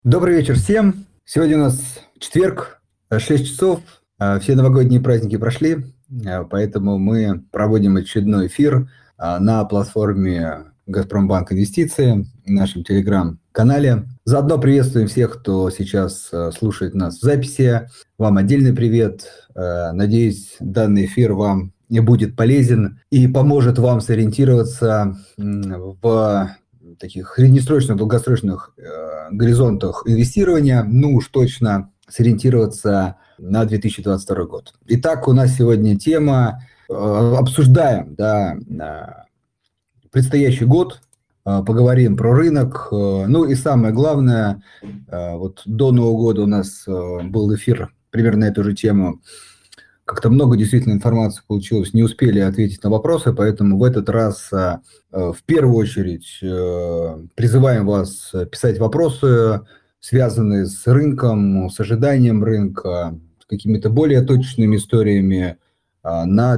Добрый вечер всем. Сегодня у нас четверг, 6 часов. Все новогодние праздники прошли, поэтому мы проводим очередной эфир на платформе «Газпромбанк Инвестиции», в нашем телеграм-канале. Заодно приветствуем всех, кто сейчас слушает нас в записи. Вам отдельный привет. Надеюсь, данный эфир вам не будет полезен и поможет вам сориентироваться в таких среднесрочных, долгосрочных горизонтах инвестирования, ну уж точно сориентироваться на 2022 год. Итак, у нас сегодня тема, обсуждаем предстоящий год, поговорим про рынок. Ну и самое главное, вот до Нового года у нас был эфир примерно на эту же тему. Как-то много действительно информации получилось, не успели ответить на вопросы, поэтому в этот раз в первую очередь призываем вас писать вопросы, связанные с рынком, с ожиданием рынка, с какими-то более точными историями на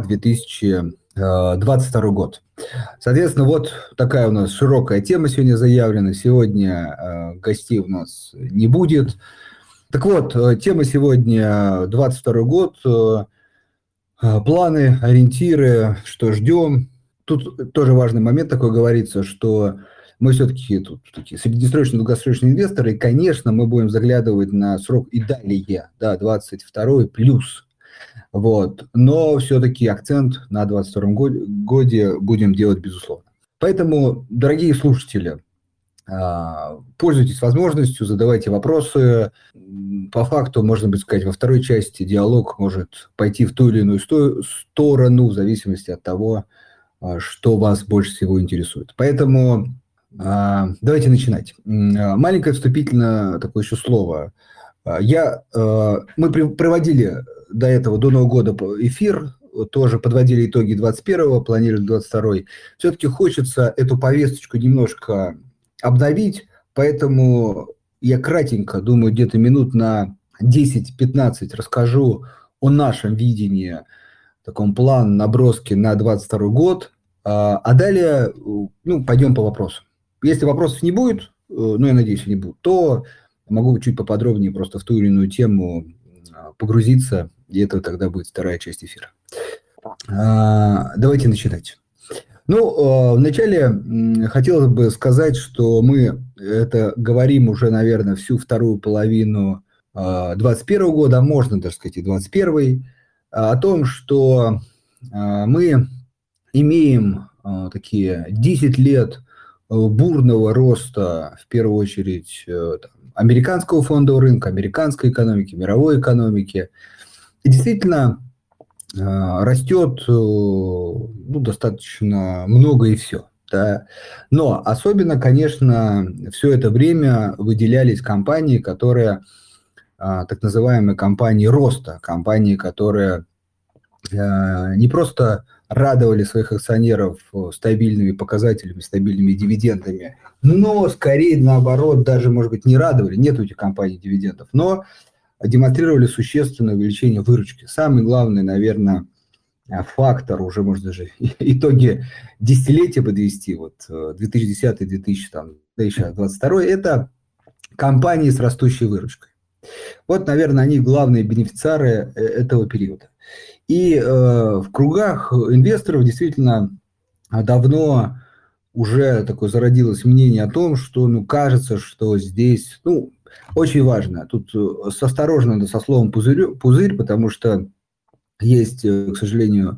2022 год. Соответственно, вот такая у нас широкая тема сегодня заявлена. Сегодня гостей у нас не будет. Так вот, тема сегодня 2022 год. Планы, ориентиры, что ждем. Тут тоже важный момент такой говорится, что мы все-таки тут такие среднесрочные, долгосрочные инвесторы, и, конечно, мы будем заглядывать на срок и далее, да, 22 плюс. Вот. Но все-таки акцент на 22 годе будем делать, безусловно. Поэтому, дорогие слушатели, пользуйтесь возможностью, задавайте вопросы. По факту, можно бы сказать, во второй части диалог может пойти в ту или иную сторону, в зависимости от того, что вас больше всего интересует. Поэтому давайте начинать. Маленькое вступительное такое еще слово. Мы проводили до этого, до Нового года эфир, тоже подводили итоги 21-го, планировали 22-й. Все-таки хочется эту повесточку немножко обновить, поэтому я кратенько, думаю, где-то минут на 10-15 расскажу о нашем видении, таком плане, наброске на 22 год, а далее пойдем по вопросам. Если вопросов не будет, я надеюсь, не будет, то могу чуть поподробнее просто в ту или иную тему погрузиться, и это тогда будет вторая часть эфира. Давайте начинать. Вначале хотелось бы сказать, что мы это говорим уже, наверное, всю вторую половину 2021 года, а можно даже сказать и 2021, о том, что мы имеем такие 10 лет бурного роста, в первую очередь, американского фондового рынка, американской экономики, мировой экономики. И действительно, растет достаточно много и все. Да. Но особенно, конечно, все это время выделялись компании, которые, так называемые компании роста, компании, которые не просто радовали своих акционеров стабильными показателями, стабильными дивидендами, но скорее наоборот, даже, может быть, не радовали, нет у этих компаний дивидендов, но демонстрировали существенное увеличение выручки. Самый главный, наверное, фактор, уже можно даже итоги десятилетия подвести, 2010-2022, это компании с растущей выручкой. Вот, наверное, они главные бенефициары этого периода. И в кругах инвесторов действительно давно уже такое зародилось мнение о том, что, кажется, что здесь, очень важно, тут осторожно со словом пузырь, потому что есть, к сожалению,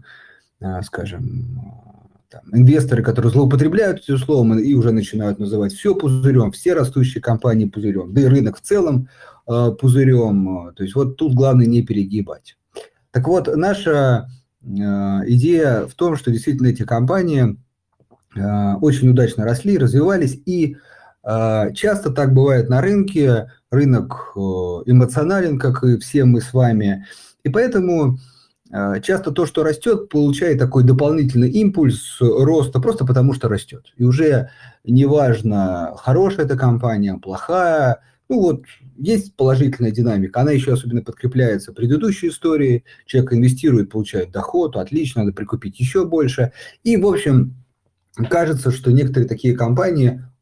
инвесторы, которые злоупотребляют этим словом и уже начинают называть все пузырем, все растущие компании пузырем, да и рынок в целом пузырем. То есть вот тут главное не перегибать. Так вот, наша идея в том, что действительно эти компании очень удачно росли, развивались, и часто так бывает на рынке. Рынок эмоционален, как и все мы с вами, и поэтому часто то, что растет, получает такой дополнительный импульс роста просто потому, что растет. И уже неважно, хорошая эта компания, плохая, есть положительная динамика, она еще особенно подкрепляется предыдущей историей, человек инвестирует, получает доход, отлично, надо прикупить еще больше. И, в общем, кажется, что некоторые такие компании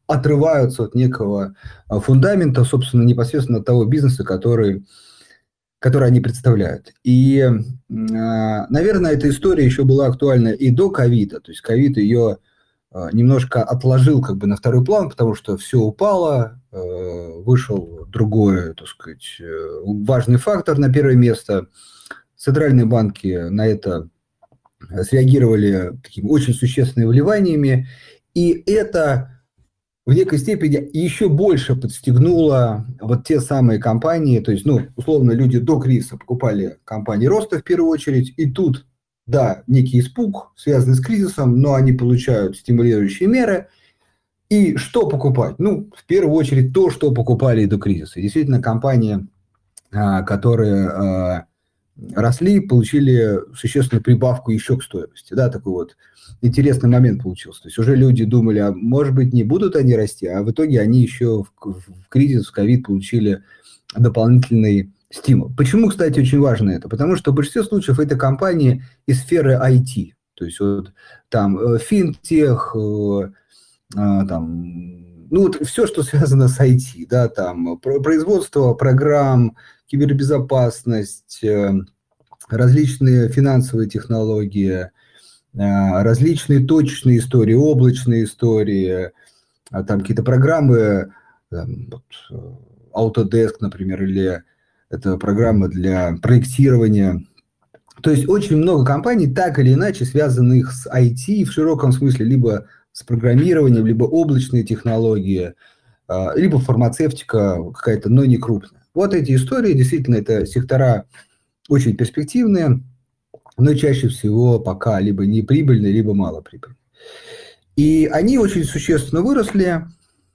отрываются от некого фундамента, собственно, непосредственно от того бизнеса, который они представляют. И, наверное, эта история еще была актуальна и до ковида. То есть ковид ее немножко отложил как бы на второй план, потому что все упало, вышел другой, так сказать, важный фактор на первое место. Центральные банки на это среагировали такими очень существенными вливаниями, и это в некой степени еще больше подстегнуло вот те самые компании, то есть, условно, люди до кризиса покупали компании роста в первую очередь, и тут, да, некий испуг, связанный с кризисом, но они получают стимулирующие меры. И что покупать? В первую очередь то, что покупали и до кризиса. И действительно, компании, которые росли, получили существенную прибавку еще к стоимости. Да, такой вот интересный момент получился. То есть уже люди думали, а может быть, не будут они расти, а в итоге они еще в кризис, в ковид получили дополнительный стимул. Почему, кстати, очень важно это? Потому что в большинстве случаев это компании из сферы IT. То есть вот там финтех, все, что связано с IT, да, там производство программ, кибербезопасность, различные финансовые технологии, различные точечные истории, облачные истории, там какие-то программы, Autodesk, например, или это программа для проектирования. То есть очень много компаний, так или иначе, связанных с IT в широком смысле, либо с программированием, либо облачные технологии, либо фармацевтика какая-то, но не крупная. Вот эти истории, действительно, это сектора очень перспективные, но чаще всего пока либо неприбыльные, либо малоприбыльные. И они очень существенно выросли,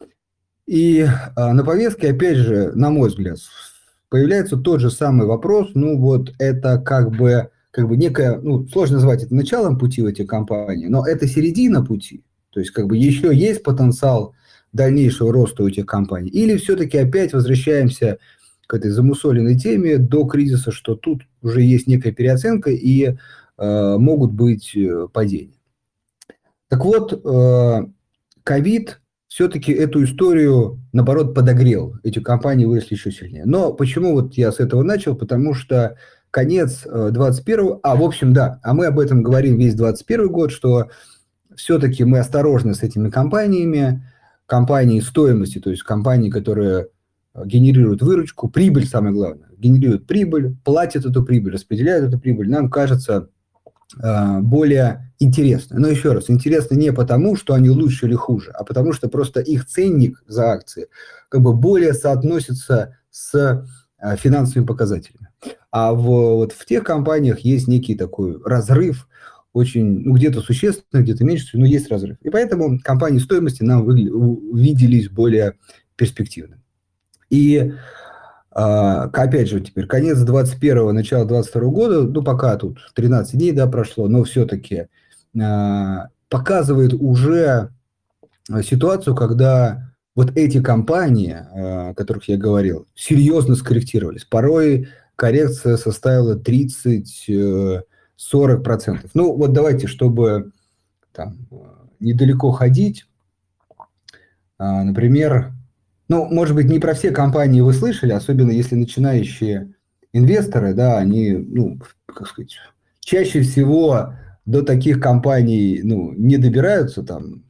и на повестке, опять же, на мой взгляд, появляется тот же самый вопрос, это как бы некое, сложно назвать это началом пути в эти компании, но это середина пути, то есть как бы еще есть потенциал дальнейшего роста у этих компаний, или все-таки опять возвращаемся к этой замусоленной теме до кризиса, что тут уже есть некая переоценка и могут быть падения. Так вот, ковид все-таки эту историю, наоборот, подогрел. Эти компании выросли еще сильнее. Но почему вот я с этого начал? Потому что конец 21-го, в общем, да, мы об этом говорим весь 21 год, что все-таки мы осторожны с этими компаниями, компании стоимости, то есть компании, которые генерируют выручку, прибыль, самое главное, генерируют прибыль, платят эту прибыль, распределяют эту прибыль, нам кажется более интересно. Но еще раз, интересно не потому, что они лучше или хуже, а потому что просто их ценник за акции как бы более соотносится с финансовыми показателями. А вот в тех компаниях есть некий такой разрыв, очень, где-то существенно, где-то меньше, но есть разрыв. И поэтому компании стоимости нам виделись более перспективными. И опять же, теперь конец 21-го, начало 22-го года, пока тут 13 дней, прошло, но все-таки показывает уже ситуацию, когда вот эти компании, о которых я говорил, серьезно скорректировались. Порой коррекция составила 30-40%. Вот давайте, чтобы недалеко ходить, например, может быть, не про все компании вы слышали, особенно если начинающие инвесторы, они, чаще всего до таких компаний, не добираются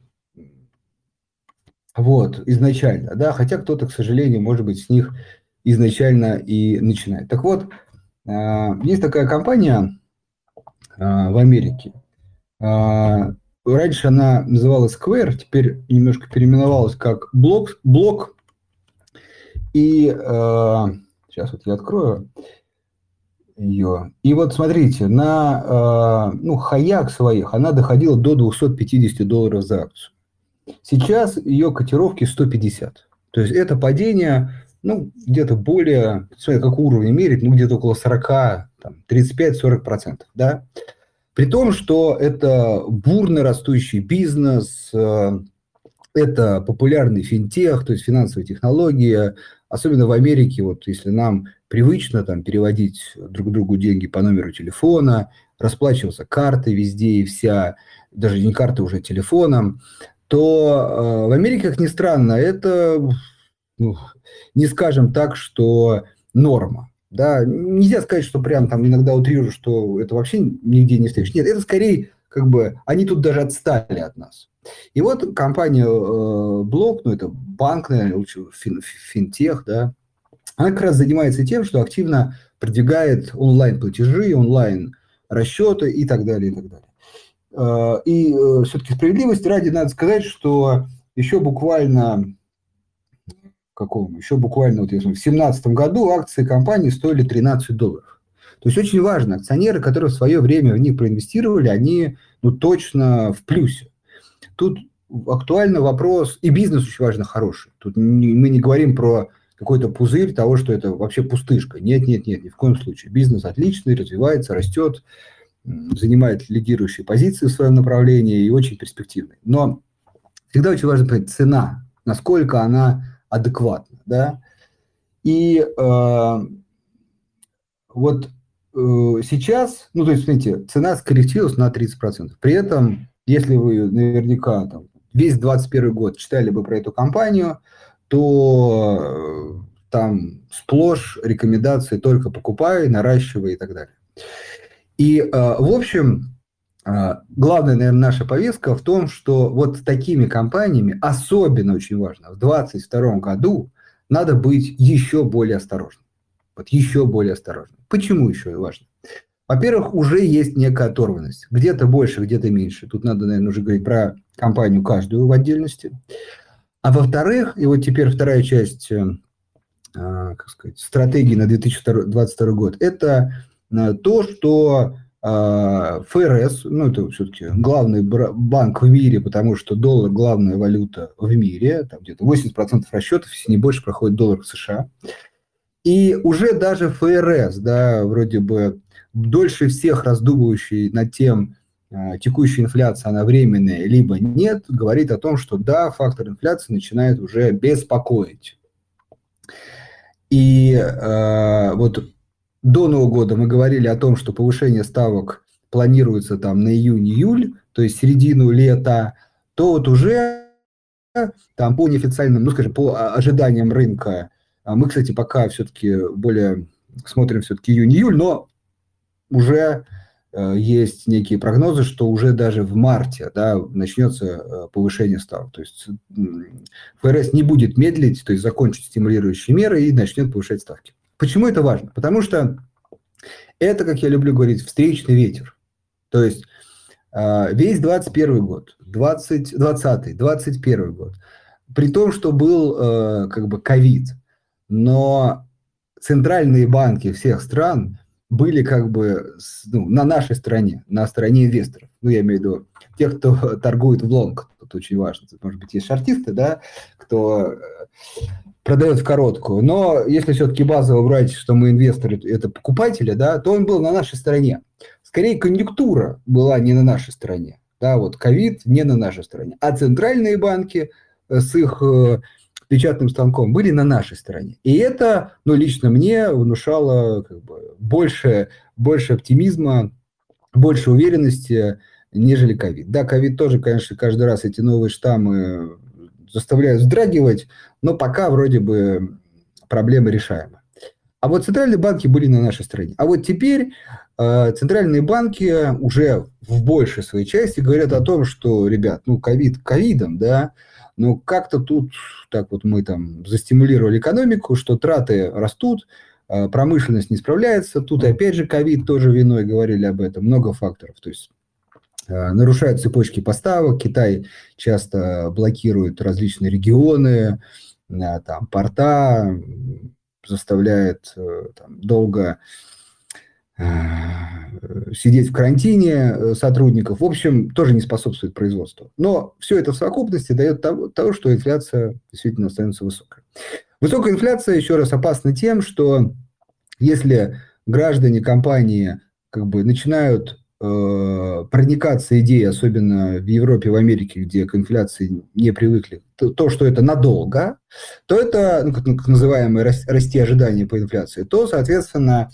изначально, хотя кто-то, к сожалению, может быть, с них изначально и начинает. Так вот, есть такая компания в Америке. Раньше она называлась Square, теперь немножко переименовалась как Block. И сейчас вот я открою ее. И вот смотрите, на хаях своих она доходила до $250 за акцию. Сейчас ее котировки 150. То есть это падение, где-то более, смотря какой уровень мерить, где-то около 40, 35-40%. Да? При том, что это бурно растущий бизнес, это популярный финтех, то есть финансовые технологии, особенно в Америке, вот если нам привычно переводить друг другу деньги по номеру телефона, расплачиваться картой везде и вся, даже не картой, уже телефоном, то в Америке, как ни странно, это, ну, не скажем так, что норма. Да, нельзя сказать, что прям там иногда утрирую, что это вообще нигде не встретишь. Нет, это скорее как бы они тут даже отстали от нас. И вот компания Block, ну это банк, наверное, лучше финтех, да, она как раз занимается тем, что активно продвигает онлайн-платежи, онлайн-расчеты и так далее, и так далее. И все-таки справедливости ради надо сказать, что еще буквально вот я смотрю, в 2017 году акции компании стоили $13. То есть очень важно, акционеры, которые в свое время в них проинвестировали, они точно в плюсе. Тут актуальный вопрос, и бизнес очень важно хороший. Тут мы не говорим про какой-то пузырь того, что это вообще пустышка. Нет, ни в коем случае. Бизнес отличный, развивается, растет, занимает лидирующие позиции в своем направлении и очень перспективный. Но всегда очень важно понять цена, насколько она адекватна. Да? И сейчас, то есть, смотрите, цена скорректировалась на 30%. При этом, если вы наверняка весь 2021 год читали бы про эту компанию, то там сплошь рекомендации только покупай, наращивай и так далее. И, в общем, главная, наверное, наша повестка в том, что вот с такими компаниями, особенно очень важно, в 2022 году надо быть еще более осторожным. Вот еще более осторожным. Почему еще важно? Во-первых, уже есть некая оторванность. Где-то больше, где-то меньше. Тут надо, наверное, уже говорить про компанию каждую в отдельности. А во-вторых, и вот теперь вторая часть, стратегии на 2022 год, это то, что ФРС, это все-таки главный банк в мире, потому что доллар – главная валюта в мире, там где-то 80% расчетов, если не больше, проходит доллар в США. И уже даже ФРС, да, вроде бы дольше всех раздумывающий над тем, текущая инфляция, она временная, либо нет, говорит о том, что да, фактор инфляции начинает уже беспокоить. И вот до Нового года мы говорили о том, что повышение ставок планируется там на июнь-июль, то есть середину лета, то вот уже там по неофициальным, по ожиданиям рынка, мы, кстати, пока все-таки более смотрим все-таки июнь-июль, но уже есть некие прогнозы, что уже даже в марте, да, начнется повышение ставок. То есть ФРС не будет медлить, то есть закончит стимулирующие меры и начнет повышать ставки. Почему это важно? Потому что это, как я люблю говорить, встречный ветер. То есть весь 2021 год, 2020, 2021 год, при том, что был ковид, но центральные банки всех стран были на нашей стороне, на стороне инвесторов. Я имею в виду тех, кто торгует в лонг. Тут очень важно. Тут, может быть, есть шортисты, да, кто продает в короткую. Но если все-таки базово брать, что мы инвесторы, это покупатели, да, то он был на нашей стороне. Скорее, конъюнктура была не на нашей стороне. Да, вот ковид не на нашей стороне. А центральные банки с их печатным станком были на нашей стороне. И это, лично мне внушало больше оптимизма, больше уверенности, нежели ковид. Да, ковид тоже, конечно, каждый раз эти новые штаммы заставляют вздрагивать, но пока вроде бы проблемы решаемы. А вот центральные банки были на нашей стороне. А вот теперь центральные банки уже в большей своей части говорят о том, что, ребят, ковид ковидом, да, но как-то тут так вот мы там застимулировали экономику, что траты растут, промышленность не справляется. Тут опять же ковид тоже виной, говорили об этом, много факторов. То есть нарушают цепочки поставок, Китай часто блокирует различные регионы, там, порта, заставляет долго сидеть в карантине сотрудников, в общем, тоже не способствует производству. Но все это в совокупности дает того, что инфляция действительно становится высокой. Высокая инфляция, еще раз, опасна тем, что если граждане компании начинают проникаться идеей, особенно в Европе, в Америке, где к инфляции не привыкли, то что это надолго, то это, как называемое расти ожидания по инфляции, то, соответственно,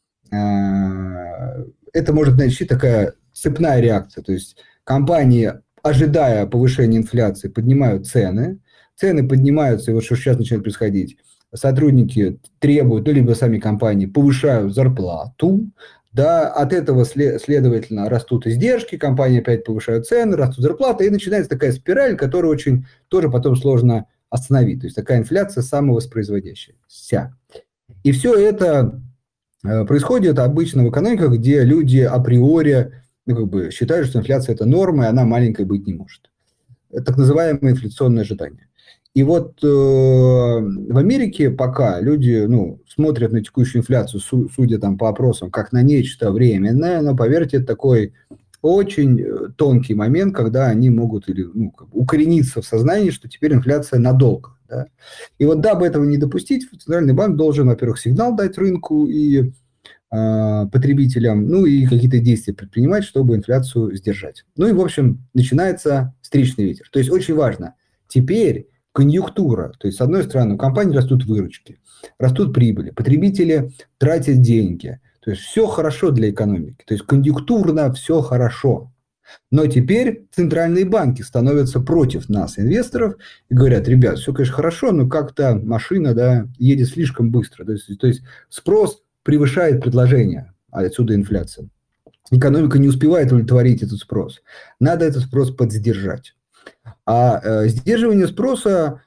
это может начать такая цепная реакция. То есть компании ожидая повышения инфляции, поднимают цены. Цены поднимаются, и вот что сейчас начинает происходить. Сотрудники требуют, ну, либо сами компании повышают зарплату, да, от этого, следовательно, растут издержки, компании опять повышают цены, растут зарплаты, и начинается такая спираль, которую очень тоже потом сложно остановить. То есть такая инфляция самовоспроизводящаяся. И все это происходит обычно в экономиках, где люди априори считают, что инфляция – это норма, и она маленькой быть не может. Это так называемое инфляционное ожидание. И вот в Америке пока люди смотрят на текущую инфляцию, судя там по опросам, как на нечто временное, но, поверьте, это такой очень тонкий момент, когда они могут укорениться в сознании, что теперь инфляция надолго. Да? И вот дабы этого не допустить, Центральный банк должен, во-первых, сигнал дать рынку и потребителям, и какие-то действия предпринимать, чтобы инфляцию сдержать. Ну и, в общем, начинается встречный ветер. То есть очень важно. Теперь конъюнктура. То есть, с одной стороны, у компаний растут выручки, растут прибыли, потребители тратят деньги. То есть, все хорошо для экономики. То есть, конъюнктурно все хорошо. Но теперь центральные банки становятся против нас, инвесторов, и говорят: ребят, все, конечно, хорошо, но как-то машина, едет слишком быстро. То есть спрос превышает предложение, а отсюда инфляция. Экономика не успевает удовлетворить этот спрос. Надо этот спрос поддержать. А сдерживание спроса,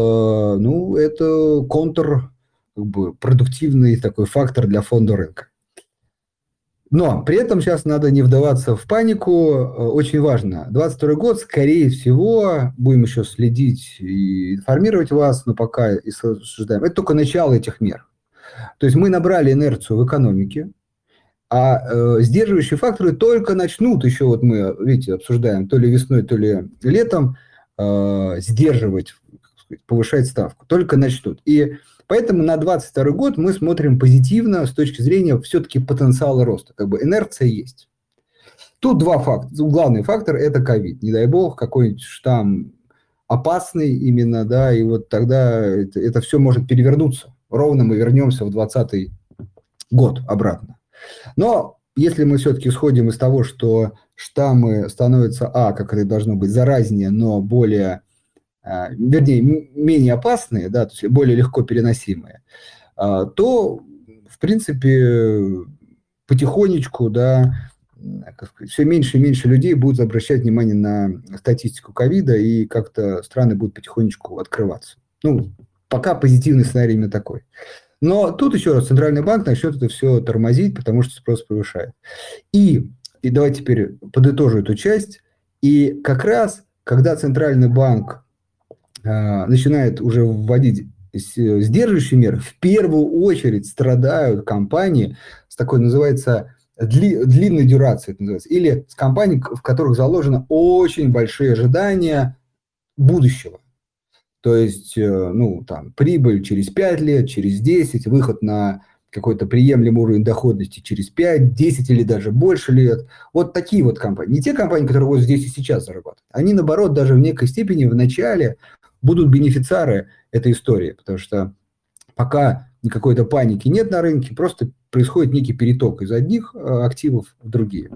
это продуктивный такой фактор для фонда рынка. Но при этом сейчас надо не вдаваться в панику. Очень важно. 2022 год, скорее всего, будем еще следить и информировать вас, но пока и обсуждаем. Это только начало этих мер. То есть мы набрали инерцию в экономике, а сдерживающие факторы только начнут, еще вот мы, видите, обсуждаем, то ли весной, то ли летом, сдерживать, повышать ставку. Только начнут. И поэтому на 2022 год мы смотрим позитивно с точки зрения все-таки потенциала роста. Инерция есть. Тут два фактора. Главный фактор – это ковид. Не дай бог, какой-нибудь штамм опасный именно, и вот тогда это все может перевернуться. Ровно мы вернемся в 2020 год обратно. Но если мы все-таки сходим из того, что штаммы становятся, как это должно быть, заразнее, но менее опасные, то есть более легко переносимые, то, в принципе, потихонечку, все меньше и меньше людей будут обращать внимание на статистику ковида, и как-то страны будут потихонечку открываться. Пока позитивный сценарий именно такой. Но тут еще раз Центральный банк начнет это все тормозить, потому что спрос повышает. И давайте теперь подытожу эту часть. И как раз, когда Центральный банк начинает уже вводить сдерживающие меры, в первую очередь страдают компании с такой, называется, длинной дюрацией, это называется, или с компаний, в которых заложено очень большие ожидания будущего. То есть, прибыль через 5 лет, через 10, выход на какой-то приемлемый уровень доходности через 5, 10 или даже больше лет. Вот такие вот компании. Не те компании, которые вот здесь и сейчас зарабатывают. Они, наоборот, даже в некой степени в начале будут бенефициары этой истории, потому что пока какой-то паники нет на рынке, просто происходит некий переток из одних активов в другие.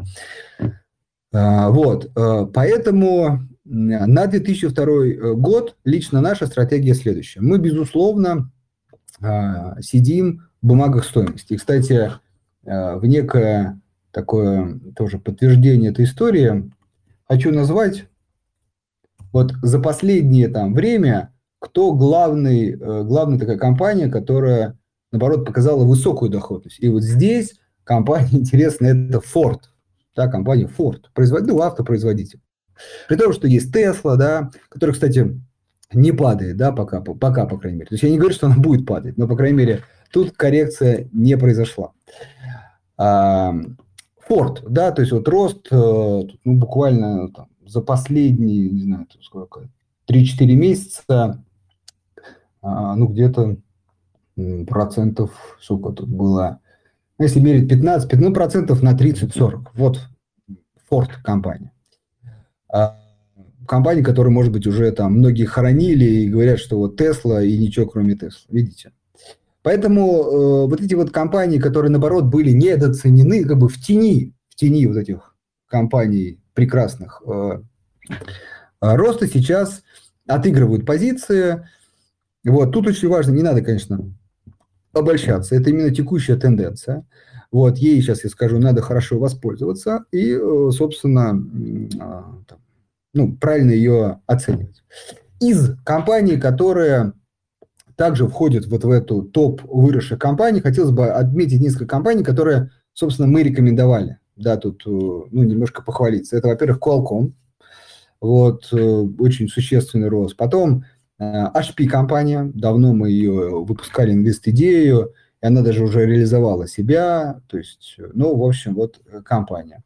Поэтому на 2002 год лично наша стратегия следующая. Мы, безусловно, сидим в бумагах стоимости. И, кстати, в некое такое тоже подтверждение этой истории хочу назвать вот за последнее время, кто главная такая компания, которая, наоборот, показала высокую доходность. И вот здесь компания интересная, это Ford. Компания Ford, автопроизводитель. При том, что есть Tesla, который, кстати, не падает, пока, по крайней мере. То есть я не говорю, что она будет падать, но, по крайней мере, тут коррекция не произошла. Ford, то есть вот рост буквально за последние, не знаю, сколько, 3-4 месяца, где-то процентов, сколько тут было, если мерить 15, процентов на 30-40. Вот Ford компания. Компания, которую, может быть, уже многие хоронили и говорят, что вот Tesla и ничего кроме Tesla. Видите? Поэтому вот эти вот компании, которые, наоборот, были недооценены, в тени вот этих компаний прекрасных, Росты сейчас отыгрывают позиции. Вот, тут очень важно, не надо, конечно, обольщаться. Это именно текущая тенденция. Вот, ей сейчас, я скажу, надо хорошо воспользоваться и, собственно, правильно ее оценивать. Из компаний, которые также входят вот в эту топ выросших компаний, хотелось бы отметить несколько компаний, которые, собственно, мы рекомендовали. Да, тут немножко похвалиться. Это, во-первых, Qualcomm. Вот, очень существенный рост. Потом HP компания, давно мы ее выпускали, инвест-идею, и она даже уже реализовала себя. То есть, в общем, вот компания.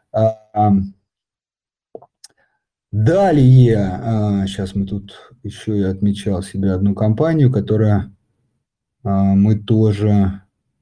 Далее, сейчас мы тут еще и отмечал себе одну компанию, которую мы тоже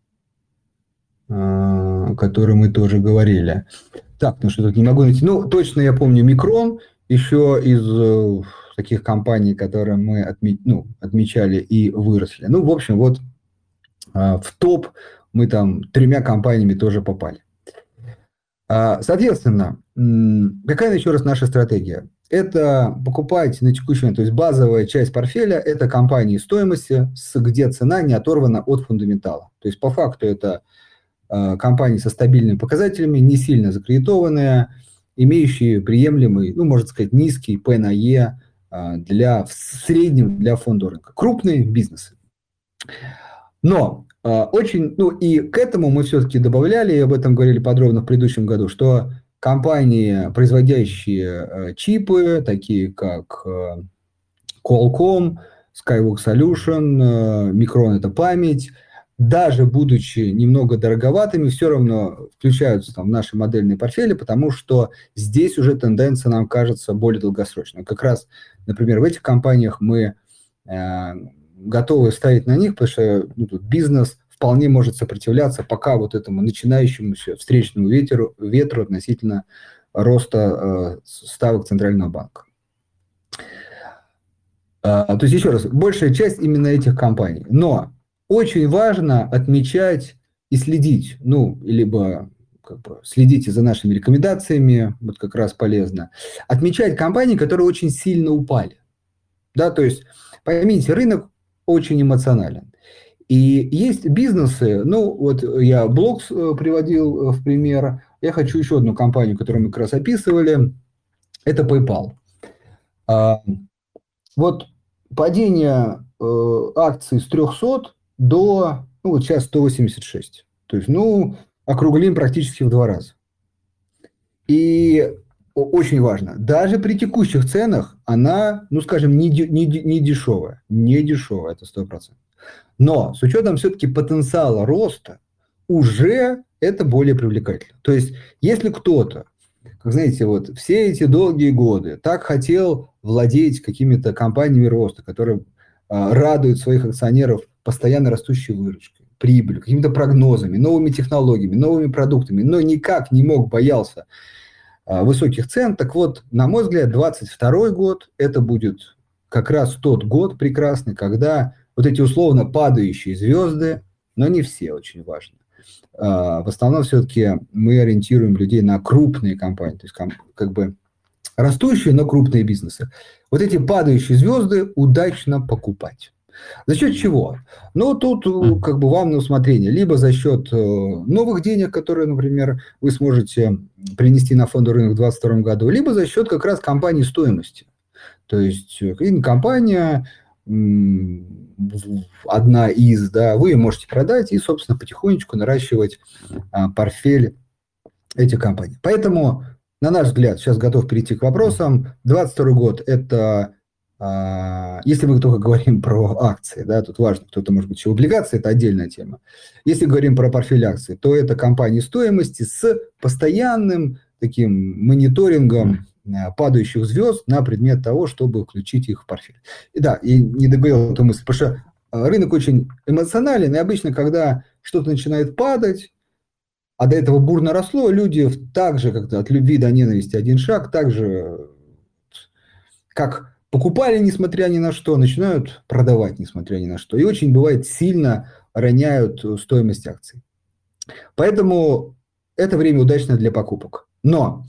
говорили. Так, что тут не могу найти. Точно я помню Микрон, еще из таких компаний, которые мы отмечали и выросли. В общем, вот в топ мы там 3 компаниями тоже попали. Соответственно, какая еще раз наша стратегия? Это покупать на текущий момент, то есть базовая часть портфеля – это компании стоимости, где цена не оторвана от фундаментала. То есть по факту это компании со стабильными показателями, не сильно закредитованные, имеющие приемлемый, можно сказать, низкий P на E в среднем для фонда рынка. Крупные бизнесы. Но и к этому мы все-таки добавляли, и об этом говорили подробно в предыдущем году, что компании, производящие чипы, такие как Qualcomm, Skyworks Solution, Micron – это память, даже будучи немного дороговатыми, все равно включаются в наши модельные портфели, потому что здесь уже тенденция нам кажется более долгосрочной. Как раз, например, в этих компаниях мы готовы ставить на них, потому что тут бизнес вполне может сопротивляться пока вот этому начинающемуся встречному ветру относительно роста ставок Центрального банка. То есть, еще раз, большая часть именно этих компаний. Но очень важно отмечать и следить, либо следите за нашими рекомендациями, вот как раз полезно, отмечать компании, которые очень сильно упали. Да, то есть, поймите, рынок очень эмоционален. И есть бизнесы, вот я Блокс приводил в пример, я хочу еще одну компанию, которую мы как раз описывали, это PayPal. Вот падение акций с 300 до, сейчас 186. То есть, округлим практически в 2 раза. И очень важно, даже при текущих ценах она, скажем, не дешевая. Не дешевая, это 100%. Но с учетом все-таки потенциала роста, уже это более привлекательно. То есть, если кто-то, как знаете, вот все эти долгие годы так хотел владеть какими-то компаниями роста, которые радуют своих акционеров постоянно растущей выручкой, прибылью, какими-то прогнозами, новыми технологиями, новыми продуктами, но никак не мог, боялся высоких цен. Так вот, на мой взгляд, 2022 год – это будет как раз тот год прекрасный, когда вот эти условно падающие звезды, но не все, очень важно. В основном все-таки мы ориентируем людей на крупные компании, то есть как бы растущие, но крупные бизнесы. Вот эти падающие звезды удачно покупать. За счет чего? Тут как бы вам на усмотрение. Либо за счет новых денег, которые, например, вы сможете принести на фондовый рынок в 2022 году, либо за счет как раз компании стоимости. То есть компания, одна из, да, вы можете продать и, собственно, потихонечку наращивать портфель этих компаний. Поэтому, на наш взгляд, сейчас готов перейти к вопросам. 2022 год – это, если мы только говорим про акции, да, тут важно, кто-то, может быть, еще облигации – это отдельная тема. Если говорим про портфель акций, то это компании стоимости с постоянным таким мониторингом падающих звезд на предмет того, чтобы включить их в портфель. И да, и не договорил эту мысль, потому что рынок очень эмоционален, и обычно, когда что-то начинает падать, а до этого бурно росло, люди также как-то от любви до ненависти один шаг, так же, как покупали, несмотря ни на что, начинают продавать, несмотря ни на что. И очень, бывает, сильно роняют стоимость акций. Поэтому это время удачно для покупок. Но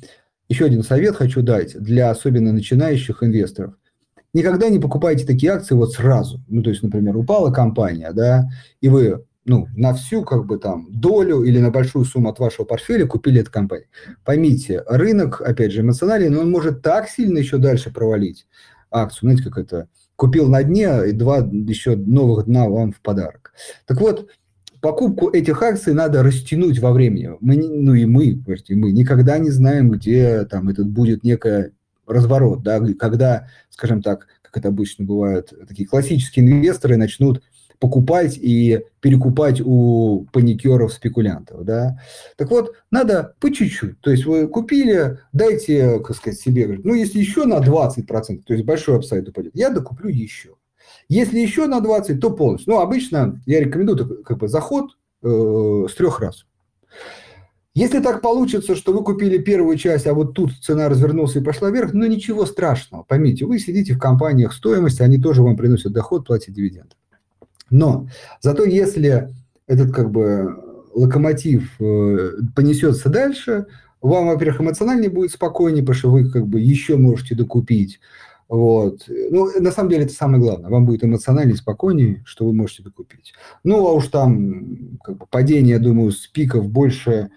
еще один совет хочу дать для особенно начинающих инвесторов. Никогда не покупайте такие акции вот сразу. Ну, то есть, например, упала компания, да, и вы, ну, на всю, как бы, там, долю или на большую сумму от вашего портфеля купили эту компанию. Поймите, рынок, опять же, эмоциональный, но он может так сильно еще дальше провалить акцию. Знаете, как это? Купил на дне, и 2 еще новых дна вам в подарок. Так вот, покупку этих акций надо растянуть во времени. Мы, поверьте, мы никогда не знаем, где там этот будет некий разворот, да, когда, скажем так, как это обычно бывает, такие классические инвесторы начнут покупать и перекупать у паникеров, спекулянтов, да. Так вот, надо по чуть-чуть. То есть вы купили, дайте, как сказать, себе, ну, если еще на 20%, то есть большой апсайд упадет, я докуплю еще. Если еще на 20, то полностью. Ну, обычно я рекомендую как бы заход с 3 раз. Если так получится, что вы купили первую часть, а вот тут цена развернулась и пошла вверх, ну ничего страшного. Поймите, вы сидите в компаниях стоимости, они тоже вам приносят доход, платят дивиденды. Но зато если этот как бы локомотив понесется дальше, вам, во-первых, эмоциональнее будет спокойнее, потому что вы как бы еще можете докупить. Вот. Ну, на самом деле, это самое главное. Вам будет эмоциональнее спокойнее, что вы можете докупить. Ну, а уж там как бы, падение, я думаю, с пиков больше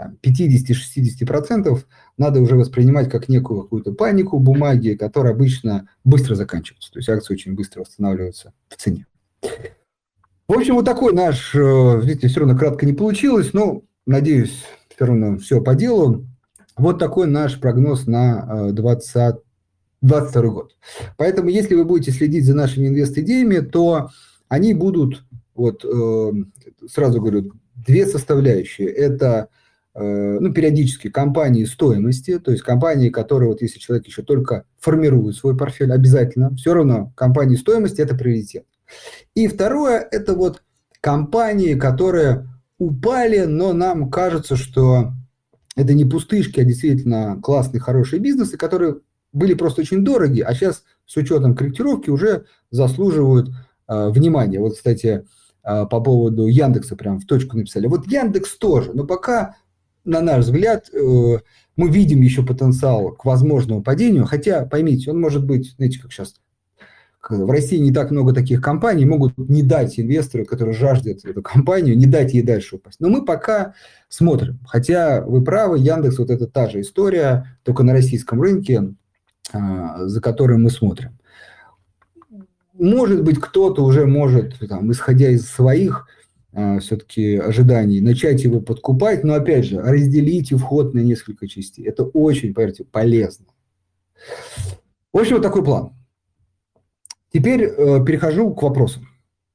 50-60%, надо уже воспринимать как некую какую-то панику бумаги, которая обычно быстро заканчивается. То есть акции очень быстро восстанавливаются в цене. В общем, вот такой наш, видите, все равно кратко не получилось, но, надеюсь, все равно все по делу. Вот такой наш прогноз на 2022 год. Поэтому, если вы будете следить за нашими инвест-идеями, то они будут, вот сразу говорю, две составляющие. Это периодически компании стоимости, то есть компании, которые, вот если человек еще только формирует свой портфель, обязательно, все равно компании стоимости – это приоритет. И второе – это вот компании, которые упали, но нам кажется, что это не пустышки, а действительно классные, хорошие бизнесы, которые были просто очень дороги, а сейчас с учетом корректировки уже заслуживают внимания. Вот, кстати, по поводу Яндекса прям в точку написали. Вот Яндекс тоже, но пока, на наш взгляд, мы видим еще потенциал к возможному падению, хотя, поймите, он может быть, знаете, как сейчас, в России не так много таких компаний, могут не дать инвестору, которые жаждут эту компанию, не дать ей дальше упасть. Но мы пока смотрим. Хотя вы правы, Яндекс, вот это та же история, только на российском рынке, за которым мы смотрим. Может быть, кто-то уже может, там, исходя из своих все-таки ожиданий, начать его подкупать, но, опять же, разделите вход на несколько частей. Это очень, поверьте, полезно. В общем, вот такой план. Теперь перехожу к вопросам.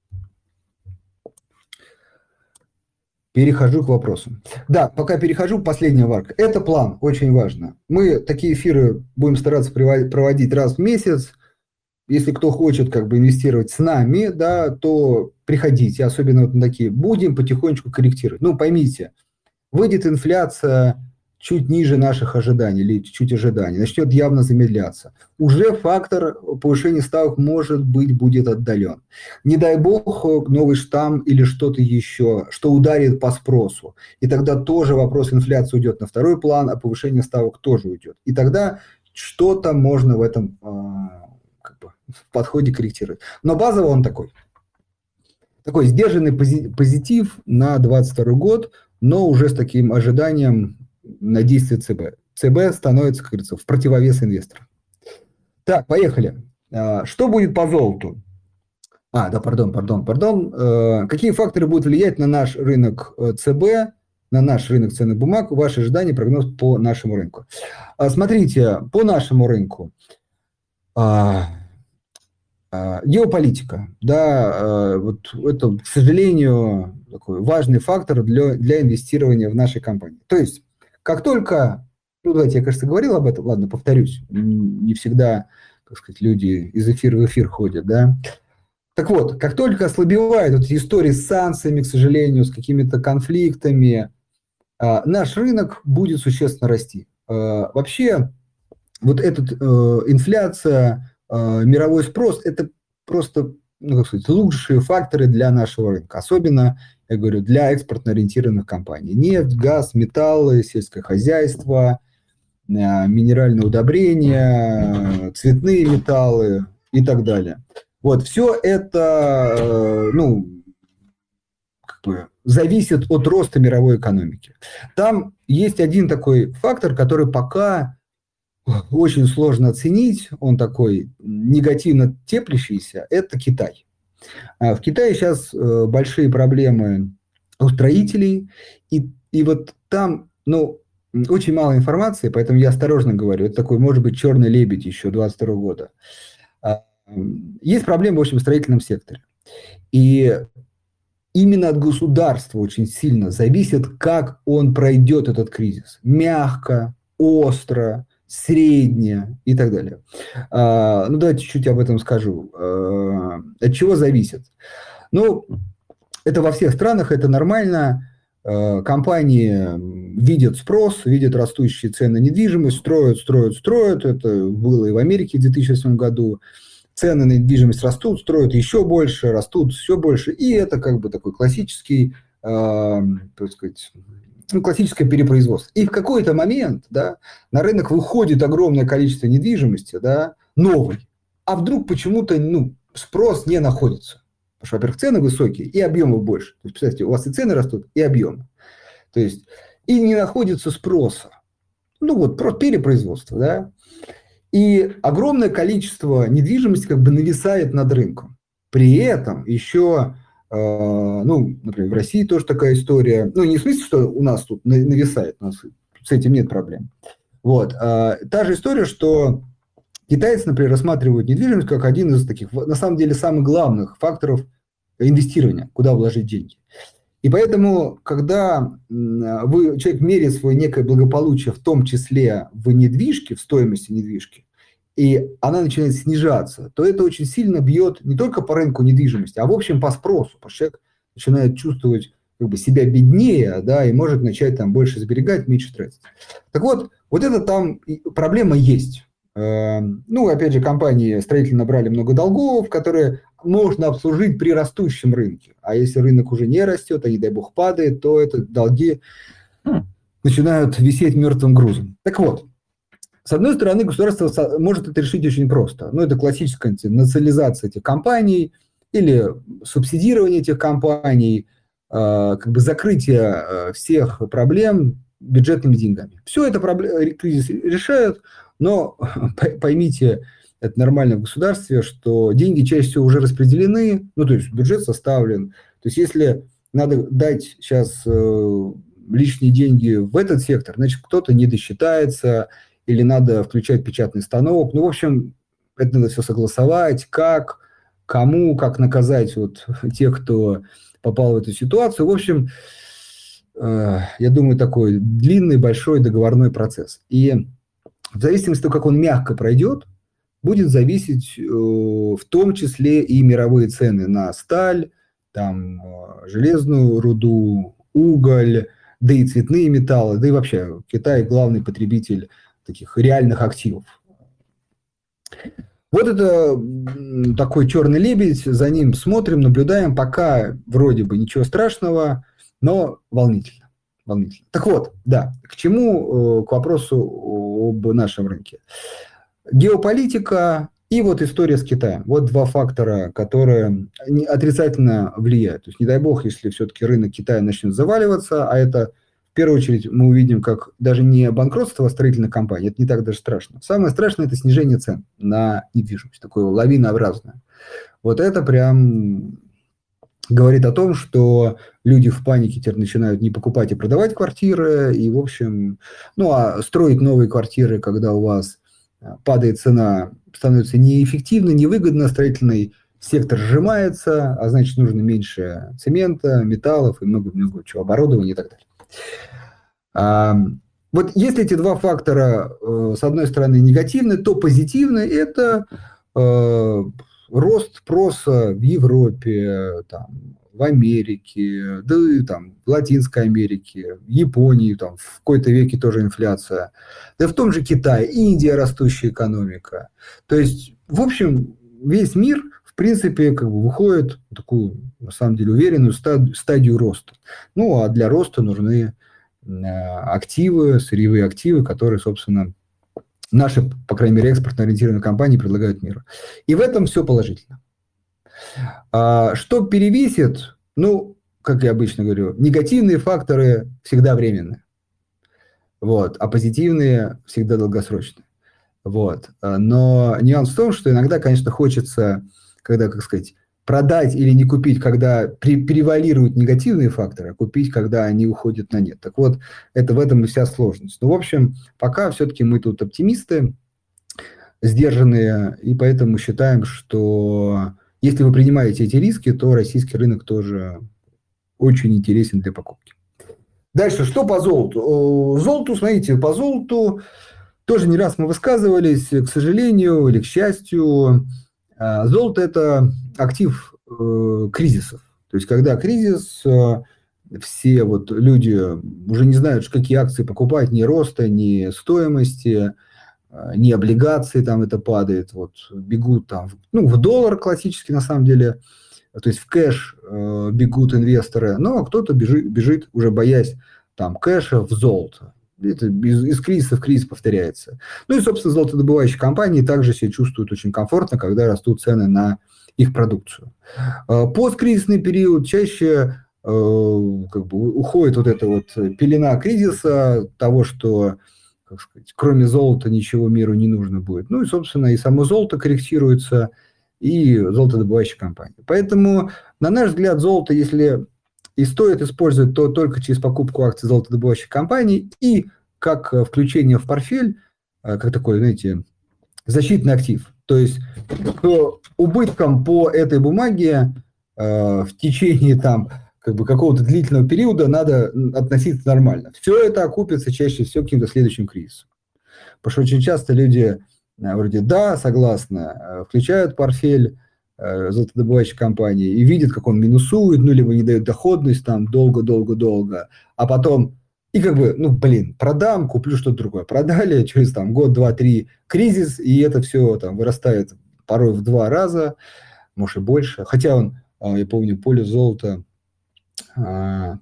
Да, пока перехожу, последняя варка. Это план, очень важно. Мы такие эфиры будем стараться проводить раз в месяц. Если кто хочет как бы инвестировать с нами, да, то приходите, особенно вот на такие. Будем потихонечку корректировать. Ну, поймите, выйдет инфляция чуть ниже наших ожиданий или чуть ожиданий, начнет явно замедляться. Уже фактор повышения ставок, может быть, будет отдален. Не дай бог новый штамм или что-то еще, что ударит по спросу. И тогда тоже вопрос инфляции уйдет на второй план, а повышение ставок тоже уйдет. И тогда что-то можно в этом в подходе корректировать. Но базово он такой. Такой сдержанный позитив на 2022 год, но уже с таким ожиданием на действие ЦБ. ЦБ становится, как говорится, в противовес инвесторам. Так, поехали. Что будет по золоту? Пардон. Какие факторы будут влиять на наш рынок ЦБ, на наш рынок ценных бумаг? Ваши ожидания, прогноз по нашему рынку. Смотрите, по нашему рынку. Геополитика, да, вот это, к сожалению, такой важный фактор для инвестирования в наши компании. То есть, как только, давайте, я, кажется, говорил об этом, ладно, повторюсь, не всегда, так сказать, люди из эфира в эфир ходят, да. Так вот, как только ослабевают вот эти истории с санкциями, к сожалению, с какими-то конфликтами, наш рынок будет существенно расти. Вообще, вот эта инфляция, мировой спрос – это просто, лучшие факторы для нашего рынка. Особенно, я говорю, для экспортно ориентированных компаний. Нефть, газ, металлы, сельское хозяйство, минеральные удобрения, цветные металлы и так далее. Вот, все это, зависит от роста мировой экономики. Там есть один такой фактор, который пока очень сложно оценить, он такой негативно теплящийся, это Китай. В Китае сейчас большие проблемы у строителей, и вот там, очень мало информации, поэтому я осторожно говорю, это такой, может быть, черный лебедь еще 22 года. Есть проблемы, в общем, в строительном секторе. И именно от государства очень сильно зависит, как он пройдет этот кризис. Мягко, остро, средне и так далее. Давайте чуть-чуть об этом скажу. От чего зависит? Это во всех странах, это нормально. Компании видят спрос, видят растущие цены на недвижимость, строят. Это было и в Америке в 2008 году. Цены на недвижимость растут, строят еще больше, растут все больше. И это как бы такой классический, классическое перепроизводство. И в какой-то момент, на рынок выходит огромное количество недвижимости, новой, а вдруг почему-то, спрос не находится. Потому что, во-первых, цены высокие и объемов больше. То есть, представьте, у вас и цены растут, и объемы. То есть, и не находится спроса. Просто перепроизводство, И огромное количество недвижимости как бы нависает над рынком. При этом еще, например, в России тоже такая история. Не в смысле, что у нас тут нависает, у нас с этим нет проблем. Та же история, что китайцы, например, рассматривают недвижимость как один из таких, на самом деле, самых главных факторов инвестирования, куда вложить деньги. И поэтому, когда человек меряет свое некое благополучие, в том числе в недвижке, в стоимости недвижки, и она начинает снижаться, то это очень сильно бьет не только по рынку недвижимости, а в общем по спросу. Потому что человек начинает чувствовать себя беднее, и может начать там больше сберегать, меньше тратить. Так вот это там проблема есть. Опять же, компании строительно брали много долгов, которые можно обслужить при растущем рынке. А если рынок уже не растет, а не дай бог падает, то это долги начинают висеть мертвым грузом. Так вот, с одной стороны, государство может это решить очень просто. Это классическая национализация этих компаний или субсидирование этих компаний, закрытие всех проблем бюджетными деньгами. Все это кризис решают, но поймите, это нормально в государстве, что деньги чаще всего уже распределены, то есть бюджет составлен. То есть если надо дать сейчас лишние деньги в этот сектор, значит, кто-то не досчитается, или надо включать печатный станок. В общем, это надо все согласовать, как, кому, как наказать тех, кто попал в эту ситуацию. В общем, я думаю, такой длинный, большой договорной процесс. И в зависимости от того, как он мягко пройдет, будет зависеть в том числе и мировые цены на сталь, железную руду, уголь, да и цветные металлы, да и вообще Китай главный потребитель таких реальных активов. Это такой черный лебедь, за ним смотрим, наблюдаем, пока вроде бы ничего страшного, но волнительно. Так вот, к чему? К вопросу об нашем рынке. Геополитика и история с Китаем. Два фактора, которые отрицательно влияют. То есть, не дай бог, если все-таки рынок Китая начнет заваливаться, а это, в первую очередь, мы увидим, как даже не банкротство строительных компаний, это не так даже страшно. Самое страшное – это снижение цен на недвижимость, такое лавинообразное. Это прям говорит о том, что люди в панике теперь начинают не покупать и продавать квартиры, и, в общем, а строить новые квартиры, когда у вас падает цена, становится неэффективно, невыгодно, строительный сектор сжимается, а значит, нужно меньше цемента, металлов и много-много чего, оборудования и так далее. Если эти два фактора, с одной стороны, негативны, то позитивны – это рост спроса в Европе, в Америке, да и в Латинской Америке, в Японии, в какой-то веке тоже инфляция, да в том же Китае, Индия растущая экономика. То есть, в общем, весь мир, в принципе, выходит в такую, на самом деле, уверенную стадию роста. А для роста нужны активы, сырьевые активы, которые, собственно, наши, по крайней мере, экспортно-ориентированные компании предлагают миру. И в этом все положительно. Что перевесит? Ну, как я обычно говорю, негативные факторы всегда временные. Вот, а позитивные всегда долгосрочные. Вот. Но нюанс в том, что иногда, конечно, хочется, когда, как сказать, продать или не купить, когда превалируют негативные факторы, а купить, когда они уходят на нет. Так вот, это в этом и вся сложность. Ну, в общем, пока все-таки мы тут оптимисты, сдержанные, и поэтому считаем, что если вы принимаете эти риски, то российский рынок тоже очень интересен для покупки. Дальше, что по золоту? Золоту, смотрите, по золоту тоже не раз мы высказывались, к сожалению или к счастью, золото – это актив кризисов. То есть, когда кризис, все вот люди уже не знают, какие акции покупать, ни роста, ни стоимости, ни облигации, там это падает, вот бегут там, ну, в доллар классически на самом деле, то есть в кэш бегут инвесторы, но кто-то бежит уже боясь там кэша в золото. Это из кризиса в кризис повторяется. Ну и, собственно, золотодобывающие компании также себя чувствуют очень комфортно, когда растут цены на их продукцию. Посткризисный период чаще как бы уходит вот эта вот пелена кризиса, того, что, как сказать, кроме золота ничего миру не нужно будет. Ну и, собственно, и само золото корректируется, и золотодобывающие компании. Поэтому, на наш взгляд, золото, если и стоит использовать, то только через покупку акций золотодобывающих компаний и как включение в портфель, как такой, знаете, защитный актив. То есть к убыткам по этой бумаге в течение там как бы какого-то длительного периода надо относиться нормально. Все это окупится чаще всего каким-то следующим кризисом. Потому что очень часто люди вроде да, согласны, включают портфель золотодобывающей компании и видят, как он минусует, ну, либо не дает доходность там долго-долго-долго, а потом и как бы, ну, блин, продам, куплю что-то другое. Продали, через там год, два, три кризис, и это все там вырастает порой в 2 раза, может и больше. Хотя он, я помню, поле золота в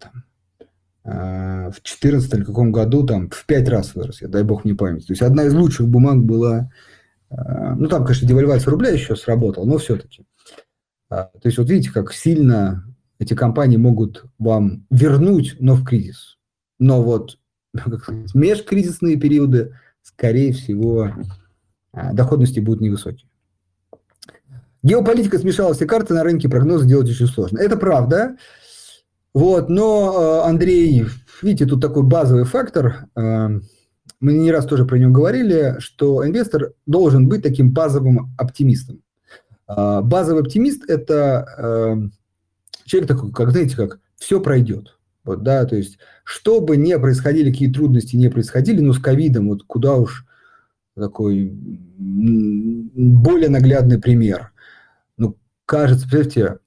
2014 или каком году там в 5 раз вырос, дай бог мне память. То есть одна из лучших бумаг была, ну там, конечно, девальвация рубля еще сработала, но все-таки. То есть вот видите, как сильно эти компании могут вам вернуть, но в кризис. Но вот как сказать, межкризисные периоды, скорее всего, доходности будут невысокие. Геополитика смешала все карты на рынке, прогнозы делать очень сложно. Это правда. Вот, но, Андрей, видите, тут такой базовый фактор. Мы не раз тоже про него говорили, что инвестор должен быть таким базовым оптимистом. Базовый оптимист – это человек такой, как, знаете, как все пройдет. Вот, да, то есть, что бы ни происходили, какие трудности не происходили, ну, с ковидом, вот куда уж такой более наглядный пример. Ну, кажется, представьте,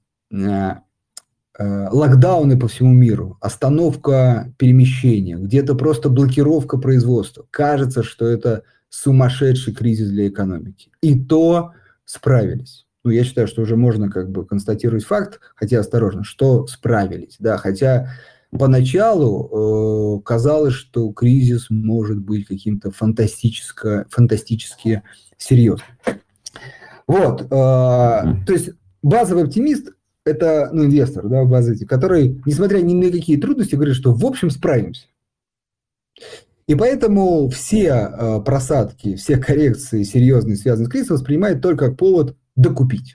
локдауны по всему миру, остановка перемещения, где-то просто блокировка производства. Кажется, что это сумасшедший кризис для экономики. И то справились. Ну, я считаю, что уже можно как бы констатировать факт, хотя осторожно, что справились. Да, хотя поначалу казалось, что кризис может быть каким-то фантастически серьезным. Вот, то есть базовый оптимист – это, ну, инвестор, да, базовый, который, несмотря ни на какие трудности, говорит, что в общем справимся. И поэтому все просадки, все коррекции серьезные, связанные с кризисом, воспринимает только как повод докупить.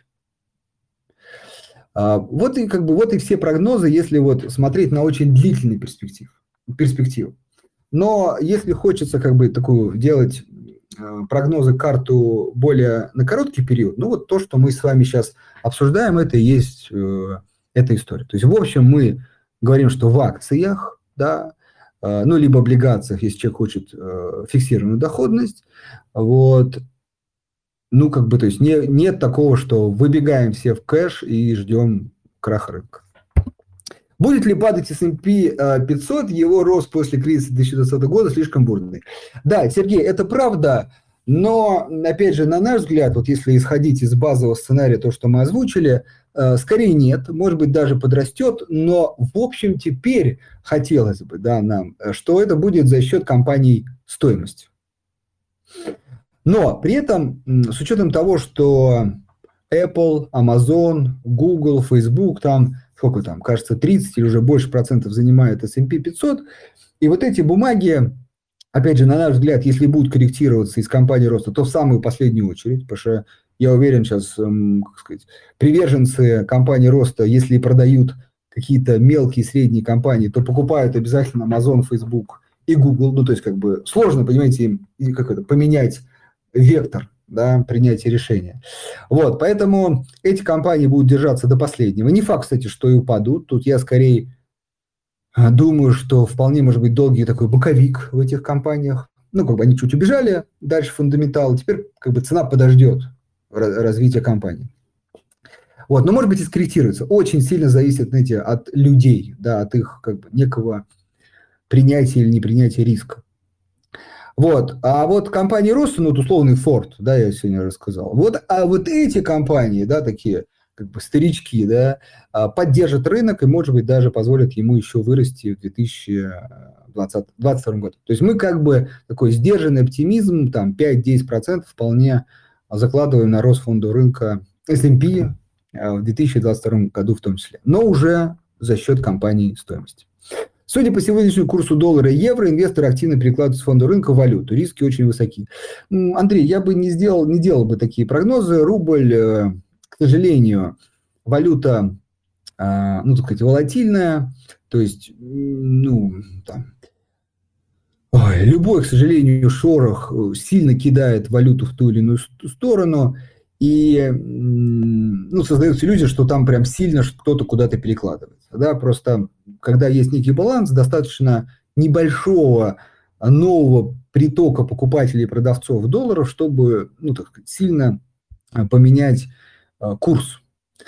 Вот и, как бы, вот и все прогнозы, если вот смотреть на очень длительные перспективы. Но если хочется как бы такую делать прогнозы, карту более на короткий период, ну вот то, что мы с вами сейчас обсуждаем, это и есть эта история. То есть, в общем, мы говорим, что в акциях, да, ну, либо облигациях, если человек хочет фиксированную доходность, вот, ну, как бы, то есть нет такого, что выбегаем все в кэш и ждем краха рынка. Будет ли падать S&P 500, его рост после кризиса 2020 года слишком бурный? Да, Сергей, это правда, но, опять же, на наш взгляд, вот если исходить из базового сценария, то, что мы озвучили, скорее нет, может быть, даже подрастет, но, в общем, теперь хотелось бы, да, нам, что это будет за счет компаний стоимости. Но при этом, с учетом того, что Apple, Amazon, Google, Facebook, там, сколько там, кажется, 30 или уже больше процентов занимает S&P 500, и вот эти бумаги, опять же, на наш взгляд, если будут корректироваться из компании роста, то в самую последнюю очередь, потому что я уверен, сейчас, как сказать, приверженцы компании роста, если продают какие-то мелкие, средние компании, то покупают обязательно Amazon, Facebook и Google. Ну, то есть, как бы сложно, понимаете, им как это, поменять вектор, да, принятия решения. Вот, поэтому эти компании будут держаться до последнего. Не факт, кстати, что и упадут. Тут я скорее думаю, что вполне может быть долгий такой боковик в этих компаниях. Ну, как бы они чуть убежали дальше фундаментал, теперь как бы цена подождет развития компании. Вот, но может быть и скорректируется. Очень сильно зависит, знаете, от людей, да, от их как бы некого принятия или непринятия риска. Вот. А вот компании роста, ну, вот условный Ford, да, я сегодня рассказал. Вот, а вот эти компании, да, такие как бы старички, да, поддержат рынок и, может быть, даже позволят ему еще вырасти в 2022 году. То есть мы как бы такой сдержанный оптимизм, там 5-10% вполне закладываем на рост фондового рынка S&P в 2022 году в том числе, но уже за счет компании стоимости. Судя по сегодняшнему курсу доллара и евро, инвесторы активно перекладывают с фонда рынка в валюту. Риски очень высоки. Андрей, я бы не делал бы такие прогнозы. Рубль, к сожалению, валюта, ну, так сказать, волатильная. То есть, ну, там, любой, к сожалению, шорох сильно кидает валюту в ту или иную сторону. И, ну, создается иллюзия, что там прям сильно кто-то куда-то перекладывается. Да? Просто, когда есть некий баланс, достаточно небольшого нового притока покупателей и продавцов долларов, чтобы, ну, так сказать, сильно поменять курс.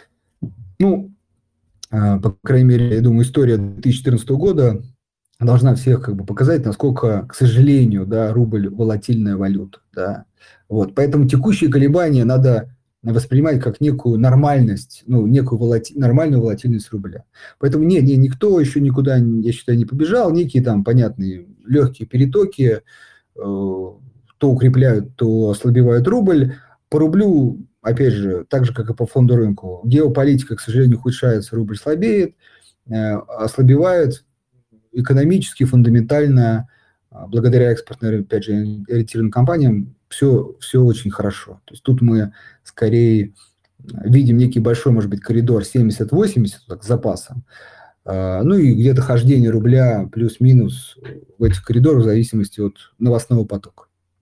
Ну, по крайней мере, я думаю, история 2014 года должна всех как бы показать, насколько, к сожалению, да, рубль волатильная валюта. Да. Вот. Поэтому текущие колебания надо воспринимать как некую нормальность, ну, некую нормальную волатильность рубля. Поэтому никто еще никуда, я считаю, не побежал. Некие там понятные легкие перетоки то укрепляют, то ослабевают рубль. По рублю, опять же, так же, как и по фонду рынку, геополитика, к сожалению, ухудшается, рубль слабеет, ослабевает экономически, фундаментально, благодаря экспортным, опять же, ориентированным компаниям, все очень хорошо. То есть тут мы скорее видим некий большой, может быть, коридор 70-80 так, с запасом. Ну и где-то хождение рубля плюс-минус в этих коридорах в зависимости от новостного потока.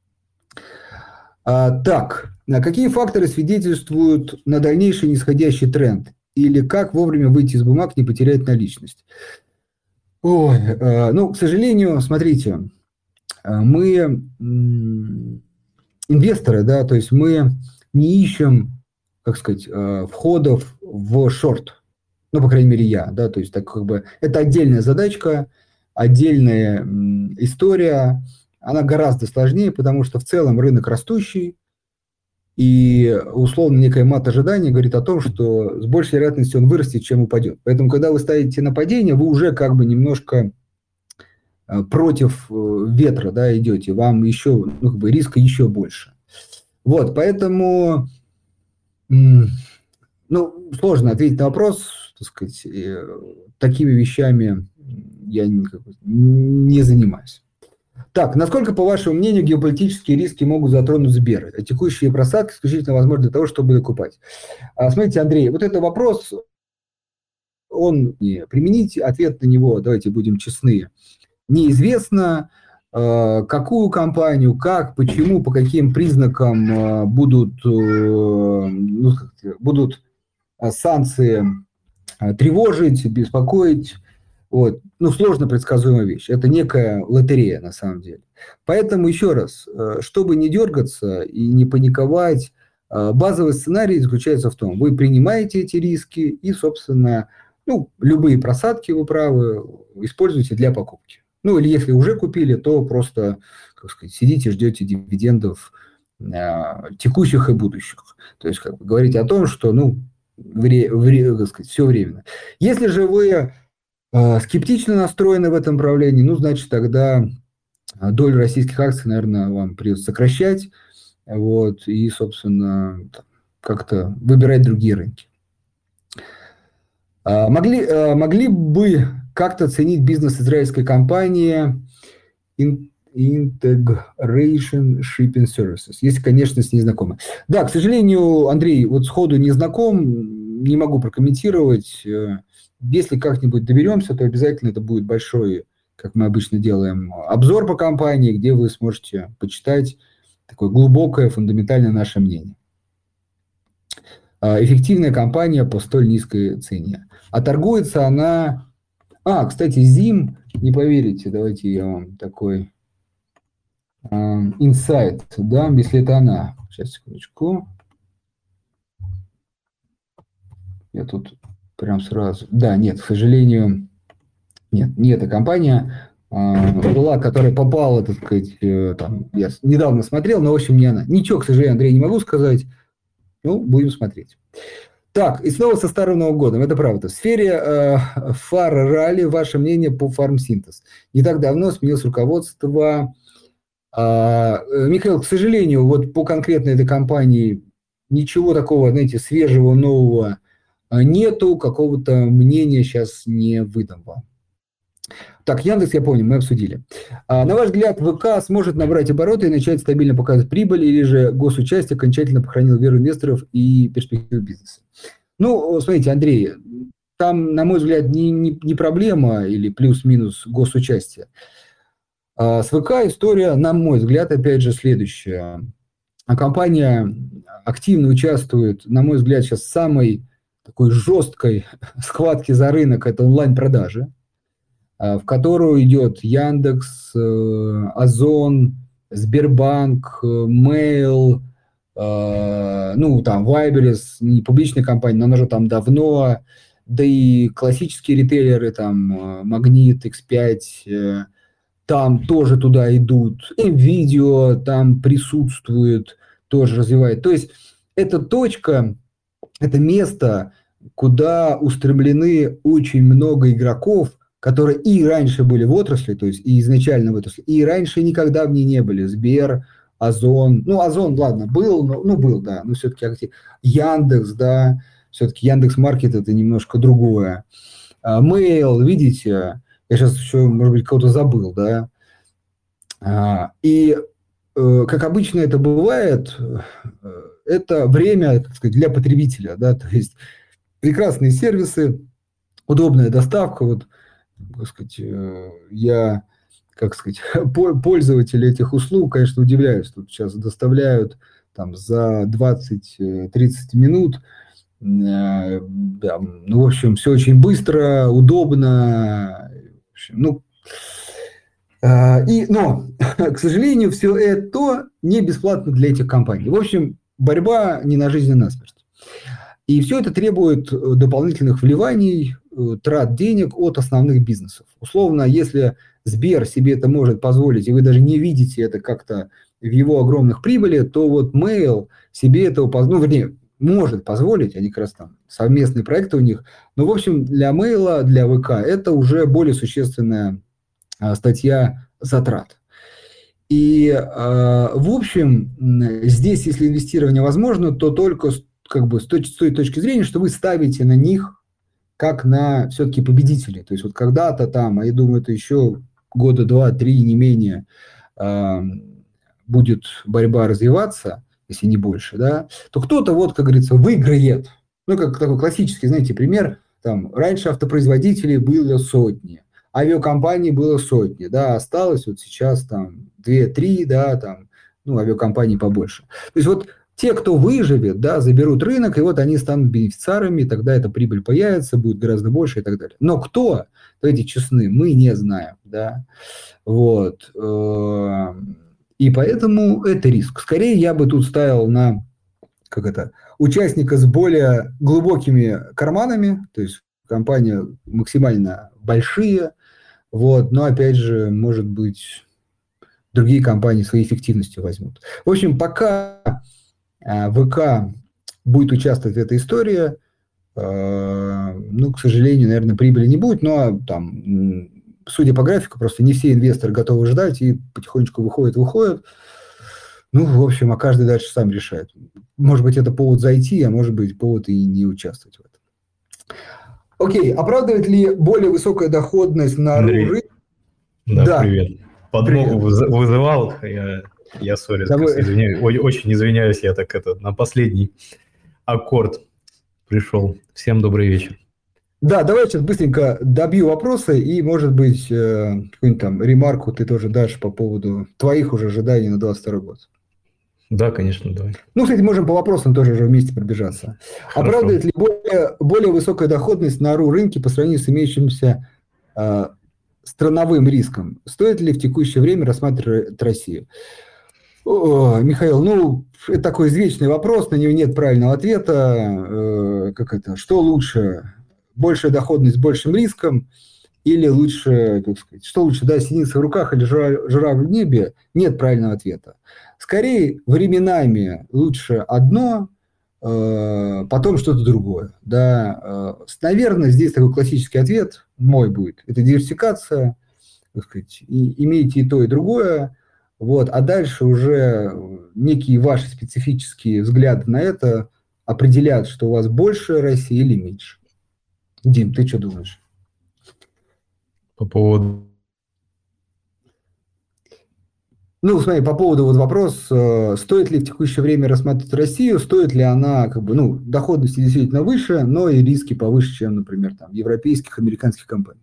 Так, какие факторы свидетельствуют на дальнейший нисходящий тренд? Или как вовремя выйти из бумаг, не потерять наличность? Ой, ну, к сожалению, смотрите, мы инвесторы, да, то есть мы не ищем, как сказать, входов в шорт. Ну, по крайней мере, я, да, то есть так как бы это отдельная задачка, отдельная история, она гораздо сложнее, потому что в целом рынок растущий, и условно некое мат-ожидание говорит о том, что с большей вероятностью он вырастет, чем упадет. Поэтому, когда вы ставите на падение, вы уже как бы немножко против ветра, да, идете, вам еще, ну, как бы риска еще больше. Вот, поэтому, ну, сложно ответить на вопрос, так сказать, такими вещами я не занимаюсь. Так, насколько, по вашему мнению, геополитические риски могут затронуть Сбер? А текущие просадки исключительно возможны для того, чтобы докупать. Смотрите, Андрей, вот этот вопрос, он не применить, ответ на него, давайте будем честны, неизвестно, какую компанию, как, почему, по каким признакам будут санкции тревожить, беспокоить. Вот. Ну, сложно предсказуемая вещь. Это некая лотерея на самом деле. Поэтому еще раз, чтобы не дергаться и не паниковать, базовый сценарий заключается в том, вы принимаете эти риски и, собственно, ну, любые просадки, вы правы, используете для покупки. Ну, или если уже купили, то просто, как сказать, сидите, ждете дивидендов текущих и будущих. То есть, как бы говорите о том, что, ну, так сказать, все временно. Если же вы скептично настроены в этом направлении, ну, значит, тогда долю российских акций, наверное, вам придется сокращать. вот, и, собственно, как-то выбирать другие рынки. Могли бы как-то оценить бизнес израильской компании Integration Shipping Services, если, конечно, с ней знакомы. Да, к сожалению, Андрей, вот сходу не знаком, не могу прокомментировать. Если как-нибудь доберемся, то обязательно это будет большой, как мы обычно делаем, обзор по компании, где вы сможете почитать такое глубокое, фундаментальное наше мнение. Эффективная компания по столь низкой цене. А торгуется она... кстати, ЗИМ, не поверите, давайте я вам такой инсайт дам, если это она. Сейчас, секундочку. Я тут прям сразу... Да, нет, к сожалению, нет, не эта компания. Была, которая попала, так сказать, там, я недавно смотрел, но, в общем, не она. Ничего, к сожалению, Андрей, не могу сказать. Ну, будем смотреть. Так, и снова со Старым Новым годом, это правда. В сфере фар-ралли ваше мнение по фармсинтез. Не так давно сменилось руководство. Михаил, к сожалению, вот по конкретно этой компании ничего такого, знаете, свежего, нового нету, какого-то мнения сейчас не выдам вам. Так, Яндекс, я понял, мы обсудили. На ваш взгляд, ВК сможет набрать обороты и начать стабильно показывать прибыль, или же госучастие окончательно похоронил веру инвесторов и перспективы бизнеса? Ну, смотрите, Андрей, там, на мой взгляд, не проблема или плюс-минус госучастие. С ВК история, на мой взгляд, опять же, следующая. Компания активно участвует, на мой взгляд, сейчас в самой такой жесткой схватке за рынок, это онлайн-продажи, в которую идет Яндекс, Озон, Сбербанк, Mail, ну, там, Вайберис, не публичная компания, но она же там давно, да и классические ритейлеры, там, Магнит, X5, там тоже туда идут, NVIDIA там присутствует, тоже развивает. То есть это точка, это место, куда устремлены очень много игроков, которые и раньше были в отрасли, то есть и изначально в отрасли, и раньше никогда в ней не были. Сбер, Озон, ну, Озон, ладно, был, был, да, но все-таки актив. Яндекс, да, все-таки Яндекс.Маркет это немножко другое. Mail, видите, я сейчас еще, может быть, кого-то забыл, да. И, как обычно это бывает, это время, так сказать, для потребителя, да, то есть прекрасные сервисы, удобная доставка, вот, так сказать, я, как сказать, пользователи этих услуг, конечно, удивляюсь. Тут сейчас доставляют там за 20-30 минут. Да, ну, в общем, все очень быстро, удобно. В общем, ну, но, к сожалению, все это не бесплатно для этих компаний. В общем, борьба не на жизнь, а на смерть. И все это требует дополнительных вливаний, трат денег от основных бизнесов. Условно, если Сбер себе это может позволить, и вы даже не видите это как-то в его огромных прибыли, то вот Mail себе этого, ну, вернее, может позволить, они как раз там совместные проекты у них. Но, в общем, для Mail, для ВК это уже более существенная статья затрат. И, в общем, здесь, если инвестирование возможно, то только как бы с той точки зрения, что вы ставите на них как на все-таки победителей. То есть вот когда-то там, я думаю, это еще года 2-3, не менее, будет борьба развиваться, если не больше, да, то кто-то, вот, как говорится, выиграет. Ну, как такой классический, знаете, пример, там, раньше автопроизводителей было сотни, авиакомпаний было сотни, да, осталось вот сейчас там 2-3, да, там, ну, авиакомпаний побольше. То есть вот те, кто выживет, да, заберут рынок, и вот они станут бенефициарами, тогда эта прибыль появится, будет гораздо больше и так далее. Но кто, давайте честны, мы не знаем, да, вот. И поэтому это риск. Скорее я бы тут ставил на, участника с более глубокими карманами, то есть компания максимально большие, вот, но опять же, может быть, другие компании своей эффективностью возьмут. В общем, пока ВК будет участвовать в этой истории, ну, к сожалению, наверное, прибыли не будет, но там, судя по графику, просто не все инвесторы готовы ждать и потихонечку выходят. Ну, в общем, а каждый дальше сам решает. Может быть, это повод зайти, а может быть, повод и не участвовать в этом. Окей, оправдывает ли более высокая доходность на Андрей, рынке? да, привет. Подмогу Привет. вызывал, я сорис, извиняюсь, очень извиняюсь, я так на последний аккорд пришел. Всем добрый вечер. Да, давай сейчас быстренько добью вопросы, и, может быть, какую-нибудь там ремарку ты тоже дашь по поводу твоих уже ожиданий на 2022 год. Да, конечно, давай. Ну, кстати, можем по вопросам тоже уже вместе пробежаться. Хорошо. Оправдывает ли более высокая доходность на РУ рынке по сравнению с имеющимся страновым риском? Стоит ли в текущее время рассматривать Россию? Михаил, ну, это такой извечный вопрос, на него нет правильного ответа. Что лучше? Большая доходность с большим риском или лучше, как сказать, что лучше, да, синица в руках или журавль в небе? Нет правильного ответа. Скорее, временами лучше одно, потом что-то другое. Да. Наверное, здесь такой классический ответ мой будет. Это диверсификация, так сказать, имейте и то, и другое. Вот, а дальше уже некие ваши специфические взгляды на это определят, что у вас больше России или меньше. Дим, ты что думаешь? По поводу... Ну, смотри, по поводу вот вопрос, стоит ли в текущее время рассматривать Россию, стоит ли она, доходности действительно выше, но и риски повыше, чем, например, там, европейских, американских компаний.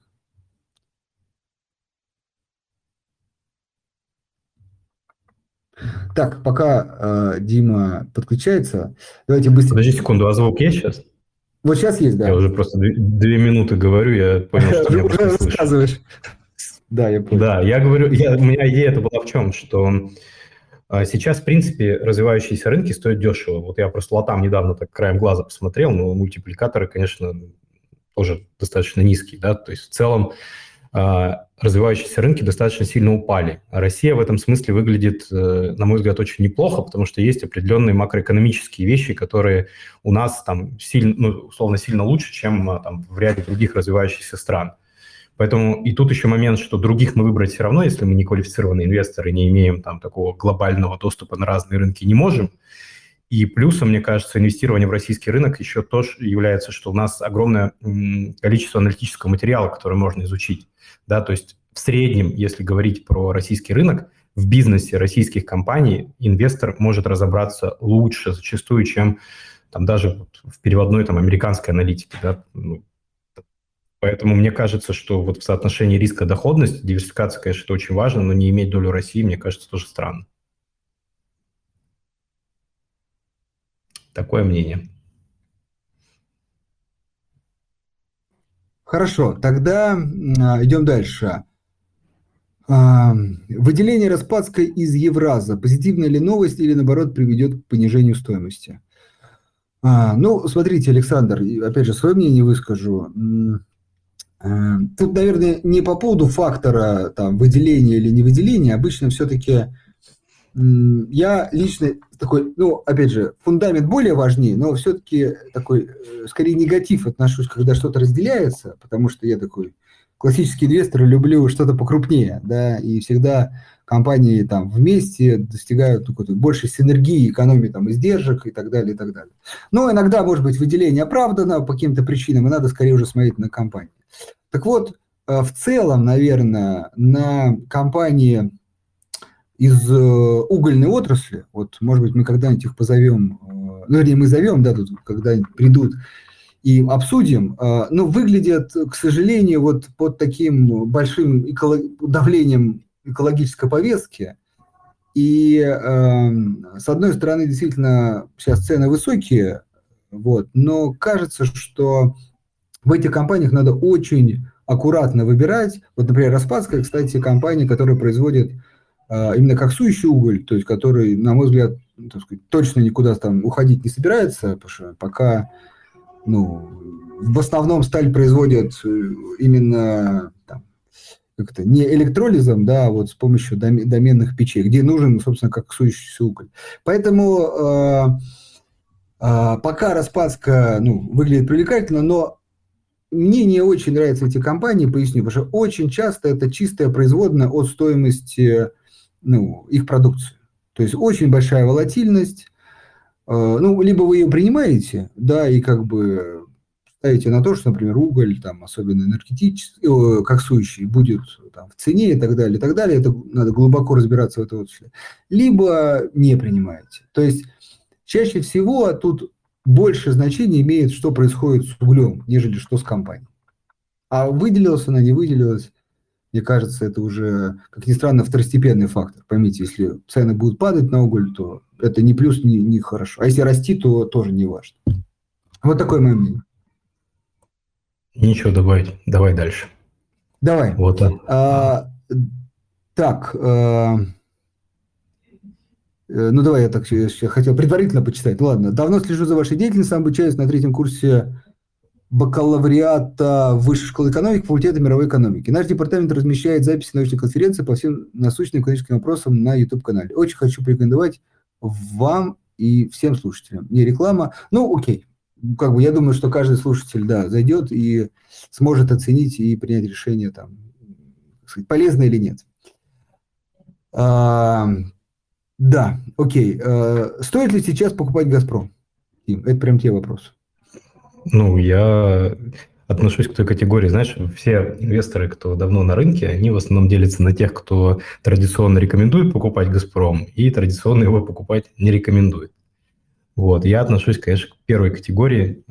Так, пока Дима подключается, давайте быстрее. Подожди секунду, а звук есть сейчас? Вот сейчас есть, да. Я уже просто 2 минуты говорю, я понял, что меня просто не слышишь. Да, я понял. Да, я говорю, у меня идея это была в чем, что сейчас, в принципе, развивающиеся рынки стоят дешево. Вот я просто латам недавно так краем глаза посмотрел, но мультипликаторы, конечно, тоже достаточно низкие, да, то есть в целом развивающиеся рынки достаточно сильно упали. А Россия в этом смысле выглядит, на мой взгляд, очень неплохо, потому что есть определенные макроэкономические вещи, которые у нас там условно сильно лучше, чем там, в ряде других развивающихся стран. Поэтому и тут еще момент, что других мы выбрать все равно, если мы не квалифицированные инвесторы, не имеем там такого глобального доступа на разные рынки, не можем. И плюсом, мне кажется, инвестирование в российский рынок еще тоже является, что у нас огромное количество аналитического материала, который можно изучить. Да? То есть в среднем, если говорить про российский рынок, в бизнесе российских компаний инвестор может разобраться лучше зачастую, чем там, даже в переводной там, американской аналитике. Да? Поэтому мне кажется, что вот в соотношении риска-доходности диверсификация, конечно, это очень важно, но не иметь долю России, мне кажется, тоже странно. Такое мнение. Хорошо, тогда идем дальше. Выделение Распадской из Евраза. Позитивная ли новость или, наоборот, приведет к понижению стоимости? Ну, смотрите, Александр, опять же, свое мнение выскажу. Тут, наверное, не по поводу фактора там, выделения или не выделения. Обычно все-таки я лично такой, ну, опять же, фундамент более важнее, но все-таки такой, скорее, негатив отношусь, когда что-то разделяется, потому что я такой классический инвестор, люблю что-то покрупнее, да, и всегда компании там вместе достигают большей синергии, экономии там издержек и так далее, и так далее. Но иногда, может быть, выделение оправдано по каким-то причинам, и надо скорее уже смотреть на компанию. Так вот, в целом, наверное, на компании из угольной отрасли, вот, может быть, мы когда-нибудь их позовем, вернее, мы зовем, да, тут когда-нибудь придут и обсудим, но выглядят, к сожалению, вот под таким большим давлением экологической повестки. И, с одной стороны, действительно, сейчас цены высокие, вот, но кажется, что в этих компаниях надо очень аккуратно выбирать. Вот, например, Распадская, кстати, компания, которая производит именно коксующий уголь, то есть который, на мой взгляд, так сказать, точно никуда там уходить не собирается, потому что пока, ну, в основном сталь производят именно там, не электролизом, да, а вот с помощью доменных печей, где нужен, собственно, коксующийся уголь. Поэтому пока Распадская, ну, выглядит привлекательно, но мне не очень нравятся эти компании, поясню, потому что очень часто это чистая производная от стоимости, ну, их продукции. То есть очень большая волатильность. Ну, либо вы ее принимаете, да, и как бы ставите на то, что, например, уголь, там, особенно энергетический, коксующий, будет там, в цене и так далее, и так далее. Это надо глубоко разбираться в этой отрасли. Либо не принимаете. То есть чаще всего тут больше значения имеет, что происходит с углем, нежели что с компанией. А выделилась она, не выделилась, мне кажется, это уже, как ни странно, второстепенный фактор. Поймите, если цены будут падать на уголь, то это не плюс, не хорошо. А если расти, то тоже не важно. Вот такое мое мнение. Нечего добавить. Давай дальше. Давай. Вот так. Ну, давай я так хотел предварительно почитать. Ладно. Давно слежу за вашей деятельностью. Сам обучаюсь на 3-м курсе бакалавриата Высшей школы экономики, факультета мировой экономики. Наш департамент размещает записи научных конференций по всем насущным экономическим вопросам на YouTube-канале. Очень хочу порекомендовать вам и всем слушателям. Не реклама. Ну, окей. Как бы я думаю, что каждый слушатель, да, зайдет и сможет оценить и принять решение, там, так сказать, полезно или нет. Да, окей. Стоит ли сейчас покупать «Газпром»? Тим, это прям те вопросы. Ну, я отношусь к той категории, знаешь, все инвесторы, кто давно на рынке, они в основном делятся на тех, кто традиционно рекомендует покупать «Газпром» и традиционно его покупать не рекомендует. Вот, я отношусь, конечно, к первой категории,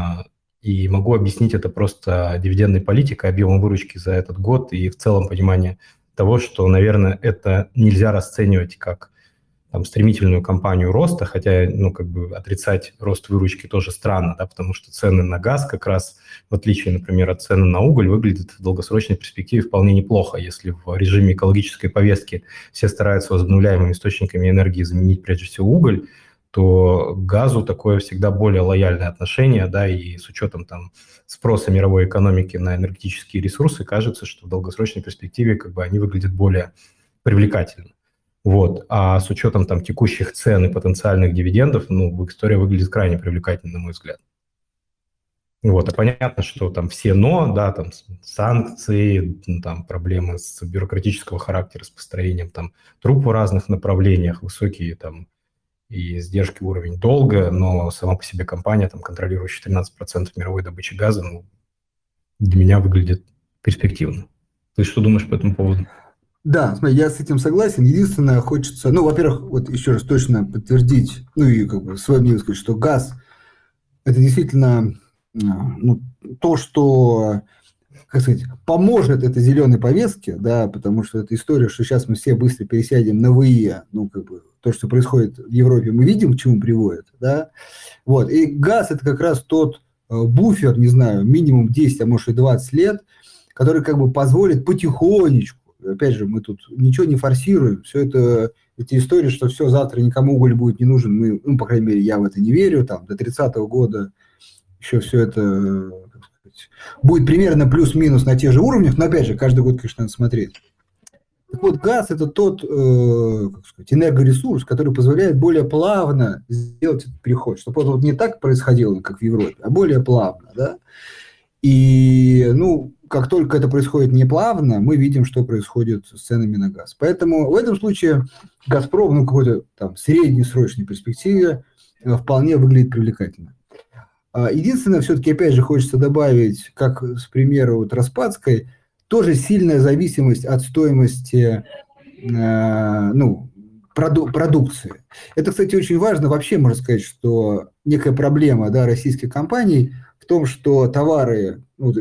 и могу объяснить это просто дивидендной политикой, объемом выручки за этот год и в целом понимание того, что, наверное, это нельзя расценивать как там, стремительную кампанию роста, хотя, ну, как бы отрицать рост выручки тоже странно, да, потому что цены на газ как раз, в отличие, например, от цены на уголь, выглядят в долгосрочной перспективе вполне неплохо. Если в режиме экологической повестки все стараются возобновляемыми источниками энергии заменить прежде всего уголь, то к газу такое всегда более лояльное отношение, да, и с учетом там спроса мировой экономики на энергетические ресурсы кажется, что в долгосрочной перспективе как бы они выглядят более привлекательно. Вот. А с учетом там текущих цен и потенциальных дивидендов, ну, история выглядит крайне привлекательно, на мой взгляд. Вот. А понятно, что там все «но», да, там санкции, там проблемы с бюрократического характера, с построением там труб в разных направлениях, высокие там и издержки уровень долга, но сама по себе компания, там, контролирующая 13% мировой добычи газа, ну, для меня выглядит перспективно. Ты что думаешь по этому поводу? Да, смотри, я с этим согласен. Единственное, хочется, ну, во-первых, вот еще раз точно подтвердить, ну, и как бы свое мнение сказать, что газ – это действительно ну, то, что, как сказать, поможет этой зеленой повестке, да, потому что эта история, что сейчас мы все быстро пересядем на ВИЭ, ну, как бы, то, что происходит в Европе, мы видим, к чему приводит, да, вот, и газ – это как раз тот буфер, не знаю, минимум 10, а может и 20 лет, который как бы позволит потихонечку, опять же, мы тут ничего не форсируем, все это, эти истории, что все, завтра никому уголь будет не нужен, мы, ну, по крайней мере, я в это не верю, там, до 30-го года еще все это, как сказать, будет примерно плюс-минус на тех же уровнях, но, опять же, каждый год, конечно, надо смотреть. Так вот, газ – это тот, как сказать, энергоресурс, который позволяет более плавно сделать этот переход, чтобы это вот не так происходило, как в Европе, а более плавно, да. И, ну, как только это происходит неплавно, мы видим, что происходит с ценами на газ. Поэтому в этом случае «Газпром», ну, какой-то там среднесрочной перспективе вполне выглядит привлекательно. Единственное, все-таки, опять же, хочется добавить, как с примера вот Распадской, тоже сильная зависимость от стоимости ну, продукции. Это, кстати, очень важно. Вообще, можно сказать, что некая проблема, да, российских компаний в том, что товары...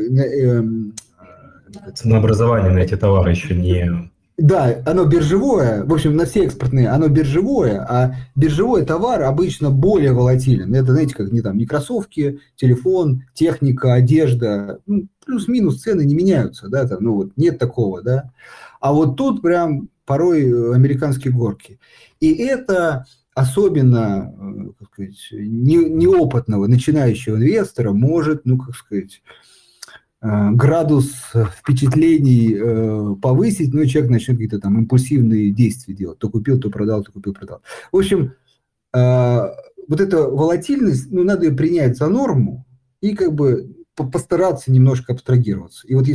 Ценообразование на эти товары еще не... Да, оно биржевое, в общем, на все экспортные, оно биржевое, а биржевой товар обычно более волатилен. Это, знаете, как не там, не кроссовки, телефон, техника, одежда, ну, плюс-минус цены не меняются, да, там, ну вот нет такого, да. А вот тут прям порой американские горки. И это особенно, как сказать, неопытного начинающего инвестора может, ну, как сказать, градус впечатлений повысить, ну и человек начнет какие-то там импульсивные действия делать. То купил, то продал, то купил, продал. В общем, вот эта волатильность, ну, надо ее принять за норму и как бы постараться немножко абстрагироваться. И вот если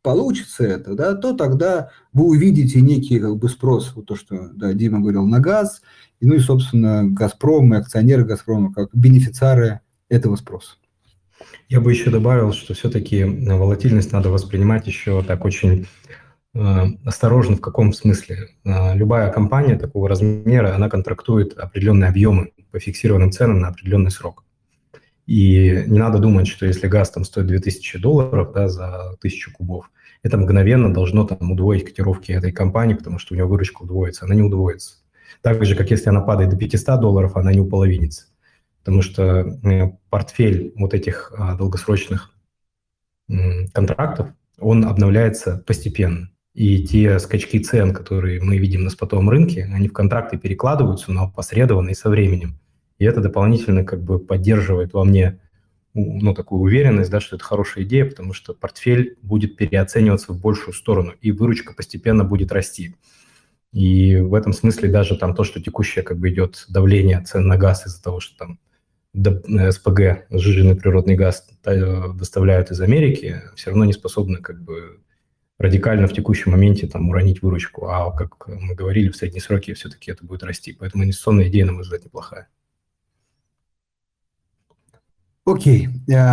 получится это, да, то тогда вы увидите некий как бы спрос, вот то, что да, Дима говорил, на газ, и, ну и, собственно, «Газпром» и акционеры «Газпрома» как бенефициары этого спроса. Я бы еще добавил, что все-таки волатильность надо воспринимать еще так очень осторожно. В каком смысле? Любая компания такого размера, она контрактует определенные объемы по фиксированным ценам на определенный срок. И не надо думать, что если газ там стоит $2000, да, за 1000 кубов, это мгновенно должно там удвоить котировки этой компании, потому что у нее выручка удвоится. Она не удвоится. Так же, как если она падает до $500, она не уполовинится. Потому что портфель вот этих долгосрочных контрактов, он обновляется постепенно. И те скачки цен, которые мы видим на спотовом рынке, они в контракты перекладываются, но опосредованно и со временем. И это дополнительно как бы поддерживает во мне ну, такую уверенность, да, что это хорошая идея, потому что портфель будет переоцениваться в большую сторону, и выручка постепенно будет расти. И в этом смысле даже там то, что текущее как бы идет давление цен на газ из-за того, что там СПГ, сжиженный природный газ, доставляют из Америки, все равно не способны как бы радикально в текущем моменте там уронить выручку. А как мы говорили, в средние сроки все-таки это будет расти. Поэтому инвестиционная идея, на мой взгляд, неплохая. Окей.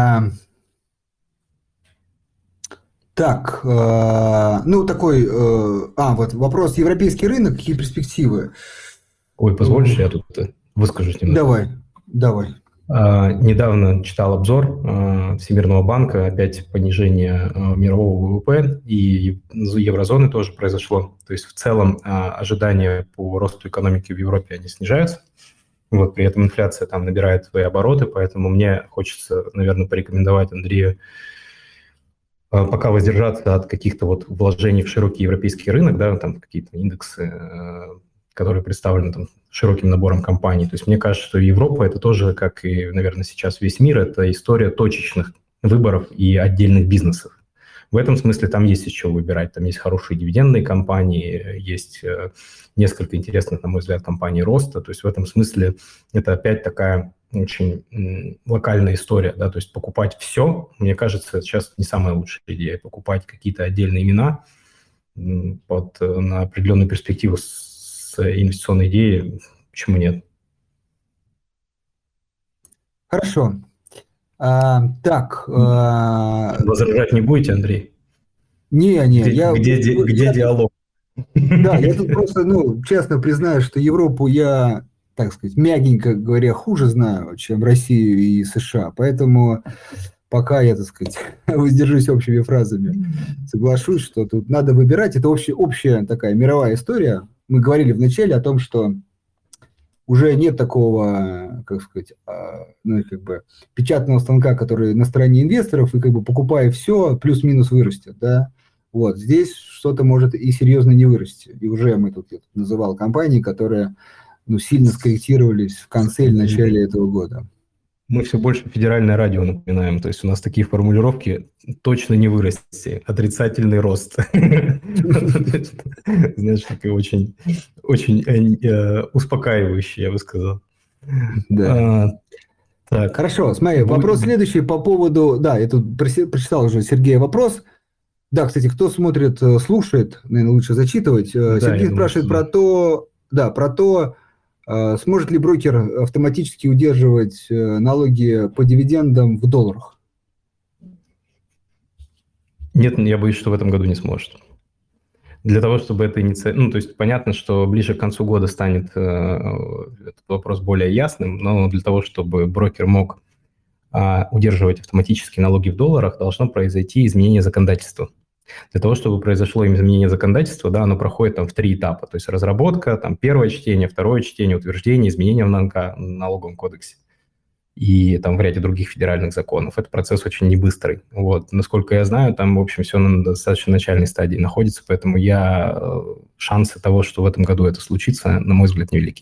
Так, ну такой, вот вопрос, европейский рынок, какие перспективы? Ой, позволишь, я тут выскажусь немного? Давай. Недавно читал обзор Всемирного банка, опять понижение мирового ВВП, и еврозоны тоже произошло. То есть в целом ожидания по росту экономики в Европе, они снижаются. Вот, при этом инфляция там набирает свои обороты, поэтому мне хочется, наверное, порекомендовать Андрею пока воздержаться от каких-то вот вложений в широкий европейский рынок, да, там какие-то индексы, которые представлены там широким набором компаний. То есть мне кажется, что Европа – это тоже, как и, наверное, сейчас весь мир, это история точечных выборов и отдельных бизнесов. В этом смысле там есть из чего выбирать. Там есть хорошие дивидендные компании, есть несколько интересных, на мой взгляд, компаний роста. То есть в этом смысле это опять такая очень локальная история. Да? То есть покупать все, мне кажется, сейчас не самая лучшая идея. Покупать какие-то отдельные имена на определенную перспективу с инвестиционной идеей, почему нет? Хорошо. Так. Возражать не будете, Андрей? Не. Где диалог? Да, я тут просто, честно признаю, что Европу я, так сказать, мягенько говоря, хуже знаю, чем Россию и США. Поэтому пока я, так сказать, воздержусь общими фразами, соглашусь, что тут надо выбирать. Это общая такая мировая история. Мы говорили вначале о том, что уже нет такого, как сказать, печатного станка, который на стороне инвесторов, и покупая все, плюс-минус вырастет, да. Вот, здесь что-то может и серьезно не вырасти. И уже я тут называл компании, которые сильно скорректировались в конце или начале этого года. Мы все больше федеральное радио напоминаем. То есть у нас такие формулировки точно не вырасти. Отрицательный рост. Знаешь, такие очень успокаивающие, я бы сказал. Да. Так. Хорошо, смотри, вопрос следующий по поводу... Да, я тут прочитал уже Сергея вопрос. Да, кстати, кто смотрит, слушает, наверное, лучше зачитывать. Сергей спрашивает про то, сможет ли брокер автоматически удерживать налоги по дивидендам в долларах? Нет, я боюсь, что в этом году не сможет. Для того, чтобы это то есть понятно, что ближе к концу года станет этот вопрос более ясным, но для того, чтобы брокер мог удерживать автоматически налоги в долларах, должно произойти изменение законодательства. Для того, чтобы произошло изменение законодательства, да, оно проходит там в 3 этапа. То есть разработка, там первое чтение, второе чтение, утверждение, изменения в налоговом кодексе и там в ряде других федеральных законов. Это процесс очень небыстрый. Вот. Насколько я знаю, там, в общем, все на достаточно начальной стадии находится, поэтому шансы того, что в этом году это случится, на мой взгляд, невелики.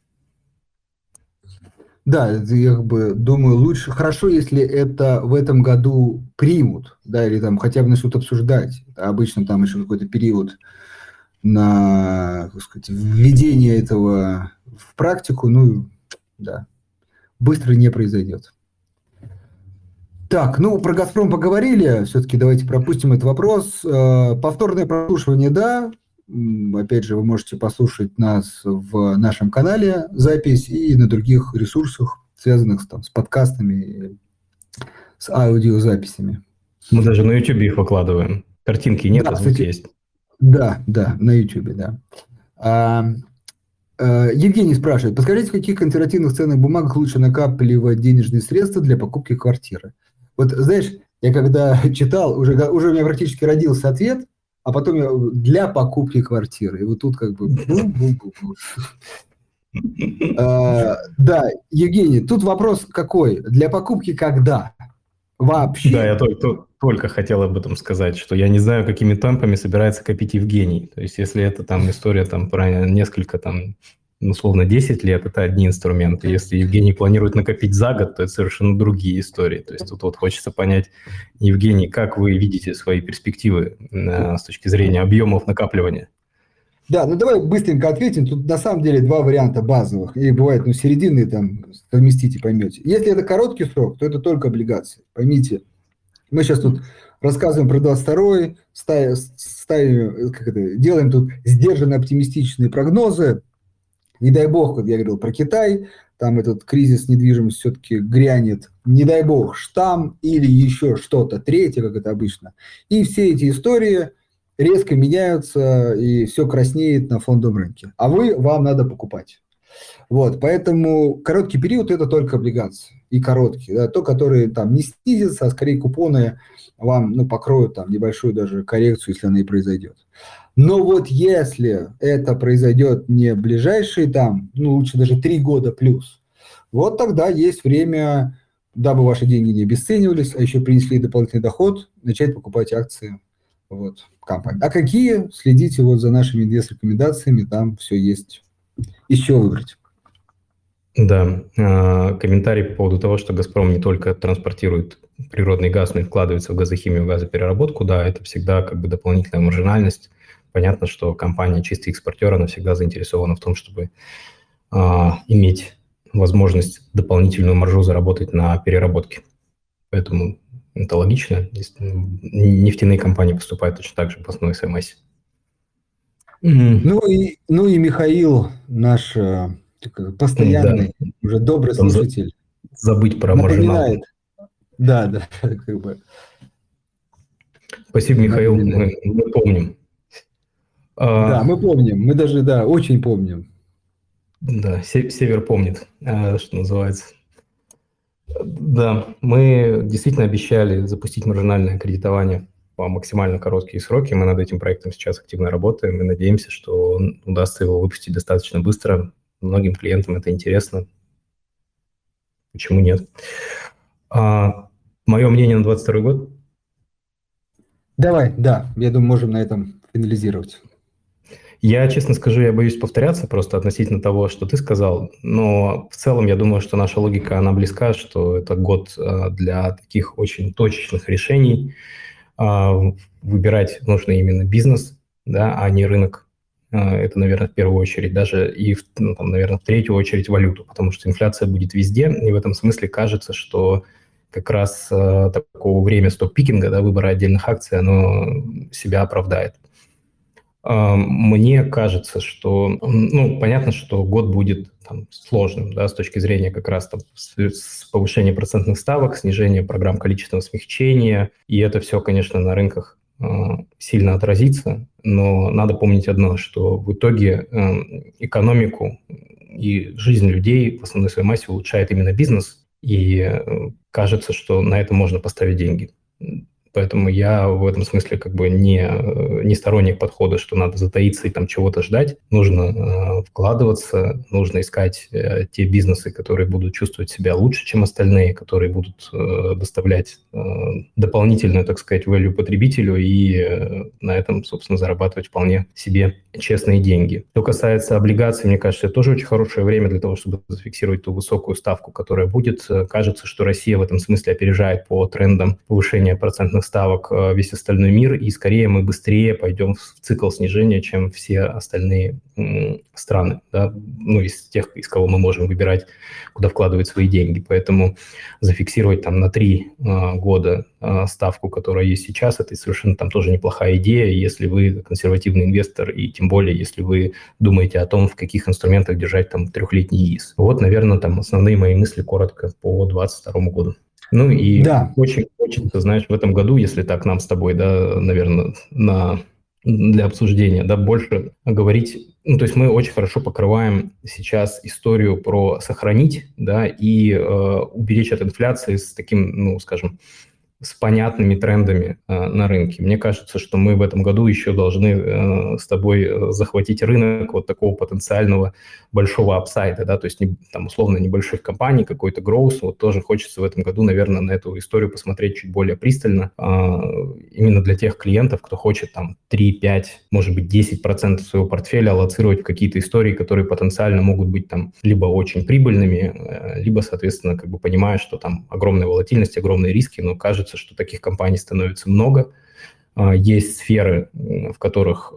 Да, я думаю, хорошо, если это в этом году примут, да, или там хотя бы начнут обсуждать. Обычно там еще какой-то период на, так сказать, введение этого в практику, да, быстро не произойдет. Так, ну, про «Газпром» поговорили, все-таки давайте пропустим этот вопрос. Повторное прослушивание, да. Опять же, вы можете послушать нас в нашем канале, запись, и на других ресурсах, связанных там, с подкастами, с аудиозаписями. Мы даже на YouTube их выкладываем. Картинки нет, Да, а звук кстати, есть. да, на YouTube, да. Евгений спрашивает, подскажите, в каких консервативных ценных бумагах лучше накапливать денежные средства для покупки квартиры? Вот, знаешь, я когда читал, уже у меня практически родился ответ, а потом для покупки квартиры. И вот тут как бы... Да, Евгений, тут вопрос какой? Для покупки когда? Вообще? Да, я только хотел об этом сказать, что я не знаю, какими темпами собирается копить Евгений. То есть, если это там история там, про несколько, там, условно, 10 лет, это одни инструменты. Если Евгений планирует накопить за год, то это совершенно другие истории. То есть, тут вот хочется понять, Евгений, как вы видите свои перспективы с точки зрения объемов накапливания? Да, ну давай быстренько ответим. Тут на самом деле два варианта базовых. И бывает, ну, серединные там совместите, поймете. Если это короткий срок, то это только облигации. Поймите, мы сейчас тут рассказываем про 22-й, делаем тут сдержанно оптимистичные прогнозы. Не дай бог, как я говорил про Китай, там этот кризис недвижимости все-таки грянет. Не дай бог, штамм или еще что-то третье, как это обычно. И все эти истории резко меняются, и все краснеет на фондовом рынке. А вам надо покупать. Вот, поэтому короткий период – это только облигации. И короткие, да, то, которые там не снизятся, а скорее купоны вам покроют там небольшую даже коррекцию, если она и произойдет. Но вот если это произойдет не в ближайшие там, лучше даже 3 года плюс, вот тогда есть время, дабы ваши деньги не обесценивались, а еще принесли дополнительный доход, начать покупать акции компании. А какие? Следите за нашими инвест-рекомендациями, там все есть. Еще выбрать. Да, комментарий по поводу того, что «Газпром» не только транспортирует природный газ, но и вкладывается в газохимию, газопереработку, да, это всегда как бы дополнительная маржинальность. Понятно, что компания чистый экспортер, она всегда заинтересована в том, чтобы иметь возможность дополнительную маржу заработать на переработке. Поэтому это логично. Нефтяные компании поступают точно так же по основной своей массе. Ну и Михаил, наш постоянный, уже добрый слушатель. Забыть про маржинал. Да, как бы. Спасибо, Михаил, мы помним. Да, мы помним, мы даже, очень помним. Да, Север помнит, что называется. Да, мы действительно обещали запустить маржинальное кредитование по максимально короткие сроки. Мы над этим проектом сейчас активно работаем и надеемся, что удастся его выпустить достаточно быстро. Многим клиентам это интересно. Почему нет? Мое мнение на 2022 год? Давай, да, я думаю, можем на этом финализировать. Я, честно скажу, я боюсь повторяться просто относительно того, что ты сказал, но в целом я думаю, что наша логика, она близка, что это год для таких очень точечных решений. Выбирать нужно именно бизнес, да, а не рынок. Это, наверное, в первую очередь, даже и, наверное, в третью очередь валюту, потому что инфляция будет везде, и в этом смысле кажется, что как раз такого время стоп-пикинга, да, выбора отдельных акций, оно себя оправдает. Мне кажется, что, понятно, что год будет сложным, да, с точки зрения как раз с повышения процентных ставок, снижения программ количественного смягчения, и это все, конечно, на рынках сильно отразится, но надо помнить одно, что в итоге экономику и жизнь людей в основной своей массе улучшает именно бизнес, и кажется, что на это можно поставить деньги. Поэтому я в этом смысле как бы не сторонник подхода, что надо затаиться и чего-то ждать. Нужно вкладываться, нужно искать те бизнесы, которые будут чувствовать себя лучше, чем остальные, которые будут доставлять дополнительную, так сказать, value потребителю и на этом, собственно, зарабатывать вполне себе честные деньги. Что касается облигаций, мне кажется, это тоже очень хорошее время для того, чтобы зафиксировать ту высокую ставку, которая будет. Кажется, что Россия в этом смысле опережает по трендам повышения процентных ставок весь остальной мир, и скорее мы быстрее пойдем в цикл снижения, чем все остальные страны, да? Ну, из тех, из кого мы можем выбирать, куда вкладывать свои деньги. Поэтому зафиксировать там на 3 года ставку, которая есть сейчас, это совершенно там тоже неплохая идея, если вы консервативный инвестор, и тем более, если вы думаете о том, в каких инструментах держать там 3-летний ИИС. Вот, наверное, там основные мои мысли коротко по 2022 году. Ну и очень хочется, знаешь, в этом году, если так нам с тобой, да, наверное, для обсуждения, да, больше говорить. Ну, то есть мы очень хорошо покрываем сейчас историю про сохранить, да, и уберечь от инфляции с таким, ну, скажем, с понятными трендами на рынке. Мне кажется, что мы в этом году еще должны с тобой захватить рынок вот такого потенциального большого апсайда, да, то есть там условно небольших компаний, какой-то growth. Вот тоже хочется в этом году, наверное, на эту историю посмотреть чуть более пристально, именно для тех клиентов, кто хочет там 3, 5, может быть 10% своего портфеля аллоцировать в какие-то истории, которые потенциально могут быть там либо очень прибыльными, либо, соответственно, как бы понимая, что там огромная волатильность, огромные риски, но кажется, что таких компаний становится много. Есть сферы, в которых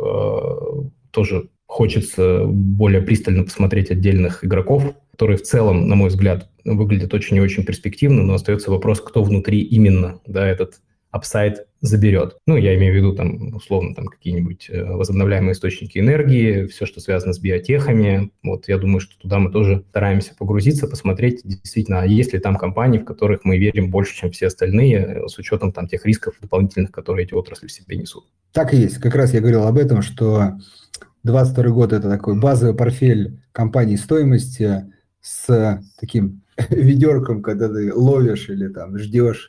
тоже хочется более пристально посмотреть отдельных игроков, которые в целом, на мой взгляд, выглядят очень и очень перспективно, но остается вопрос, кто внутри именно, да, этот апсайд заберет. Ну, я имею в виду, там, условно, там, какие-нибудь возобновляемые источники энергии, все, что связано с биотехами. Вот я думаю, что туда мы тоже стараемся погрузиться, посмотреть, действительно, а есть ли там компании, в которых мы верим больше, чем все остальные, с учетом там тех рисков дополнительных, которые эти отрасли в себе несут. Так и есть. Как раз я говорил об этом, что 22 год – это такой базовый портфель компаний стоимости с таким ведерком, когда ты ловишь или там ждешь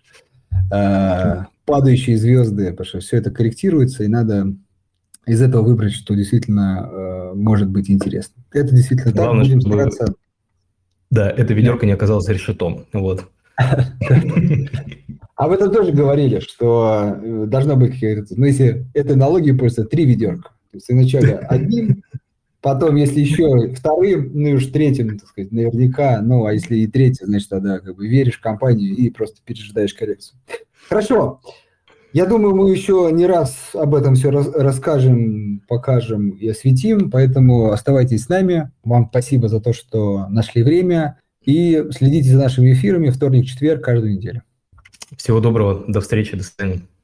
падающие звезды, потому что все это корректируется, и надо из этого выбрать, что действительно может быть интересно. Это действительно Главное, так, будем чтобы... стараться. Да, эта ведерко не оказалось решетом. Вот. Об этом тоже говорили, что должно быть какая-то... Ну, если этой аналогии просто 3 ведерка. То есть сначала одним, потом, если еще вторым, ну и уж третьим, так сказать, наверняка, ну, а если и третий, значит, тогда как бы веришь в компанию и просто пережидаешь коррекцию. Хорошо. Я думаю, мы еще не раз об этом все расскажем, покажем и осветим, поэтому оставайтесь с нами. Вам спасибо за то, что нашли время, и следите за нашими эфирами вторник-четверг каждую неделю. Всего доброго, до встречи, до свидания.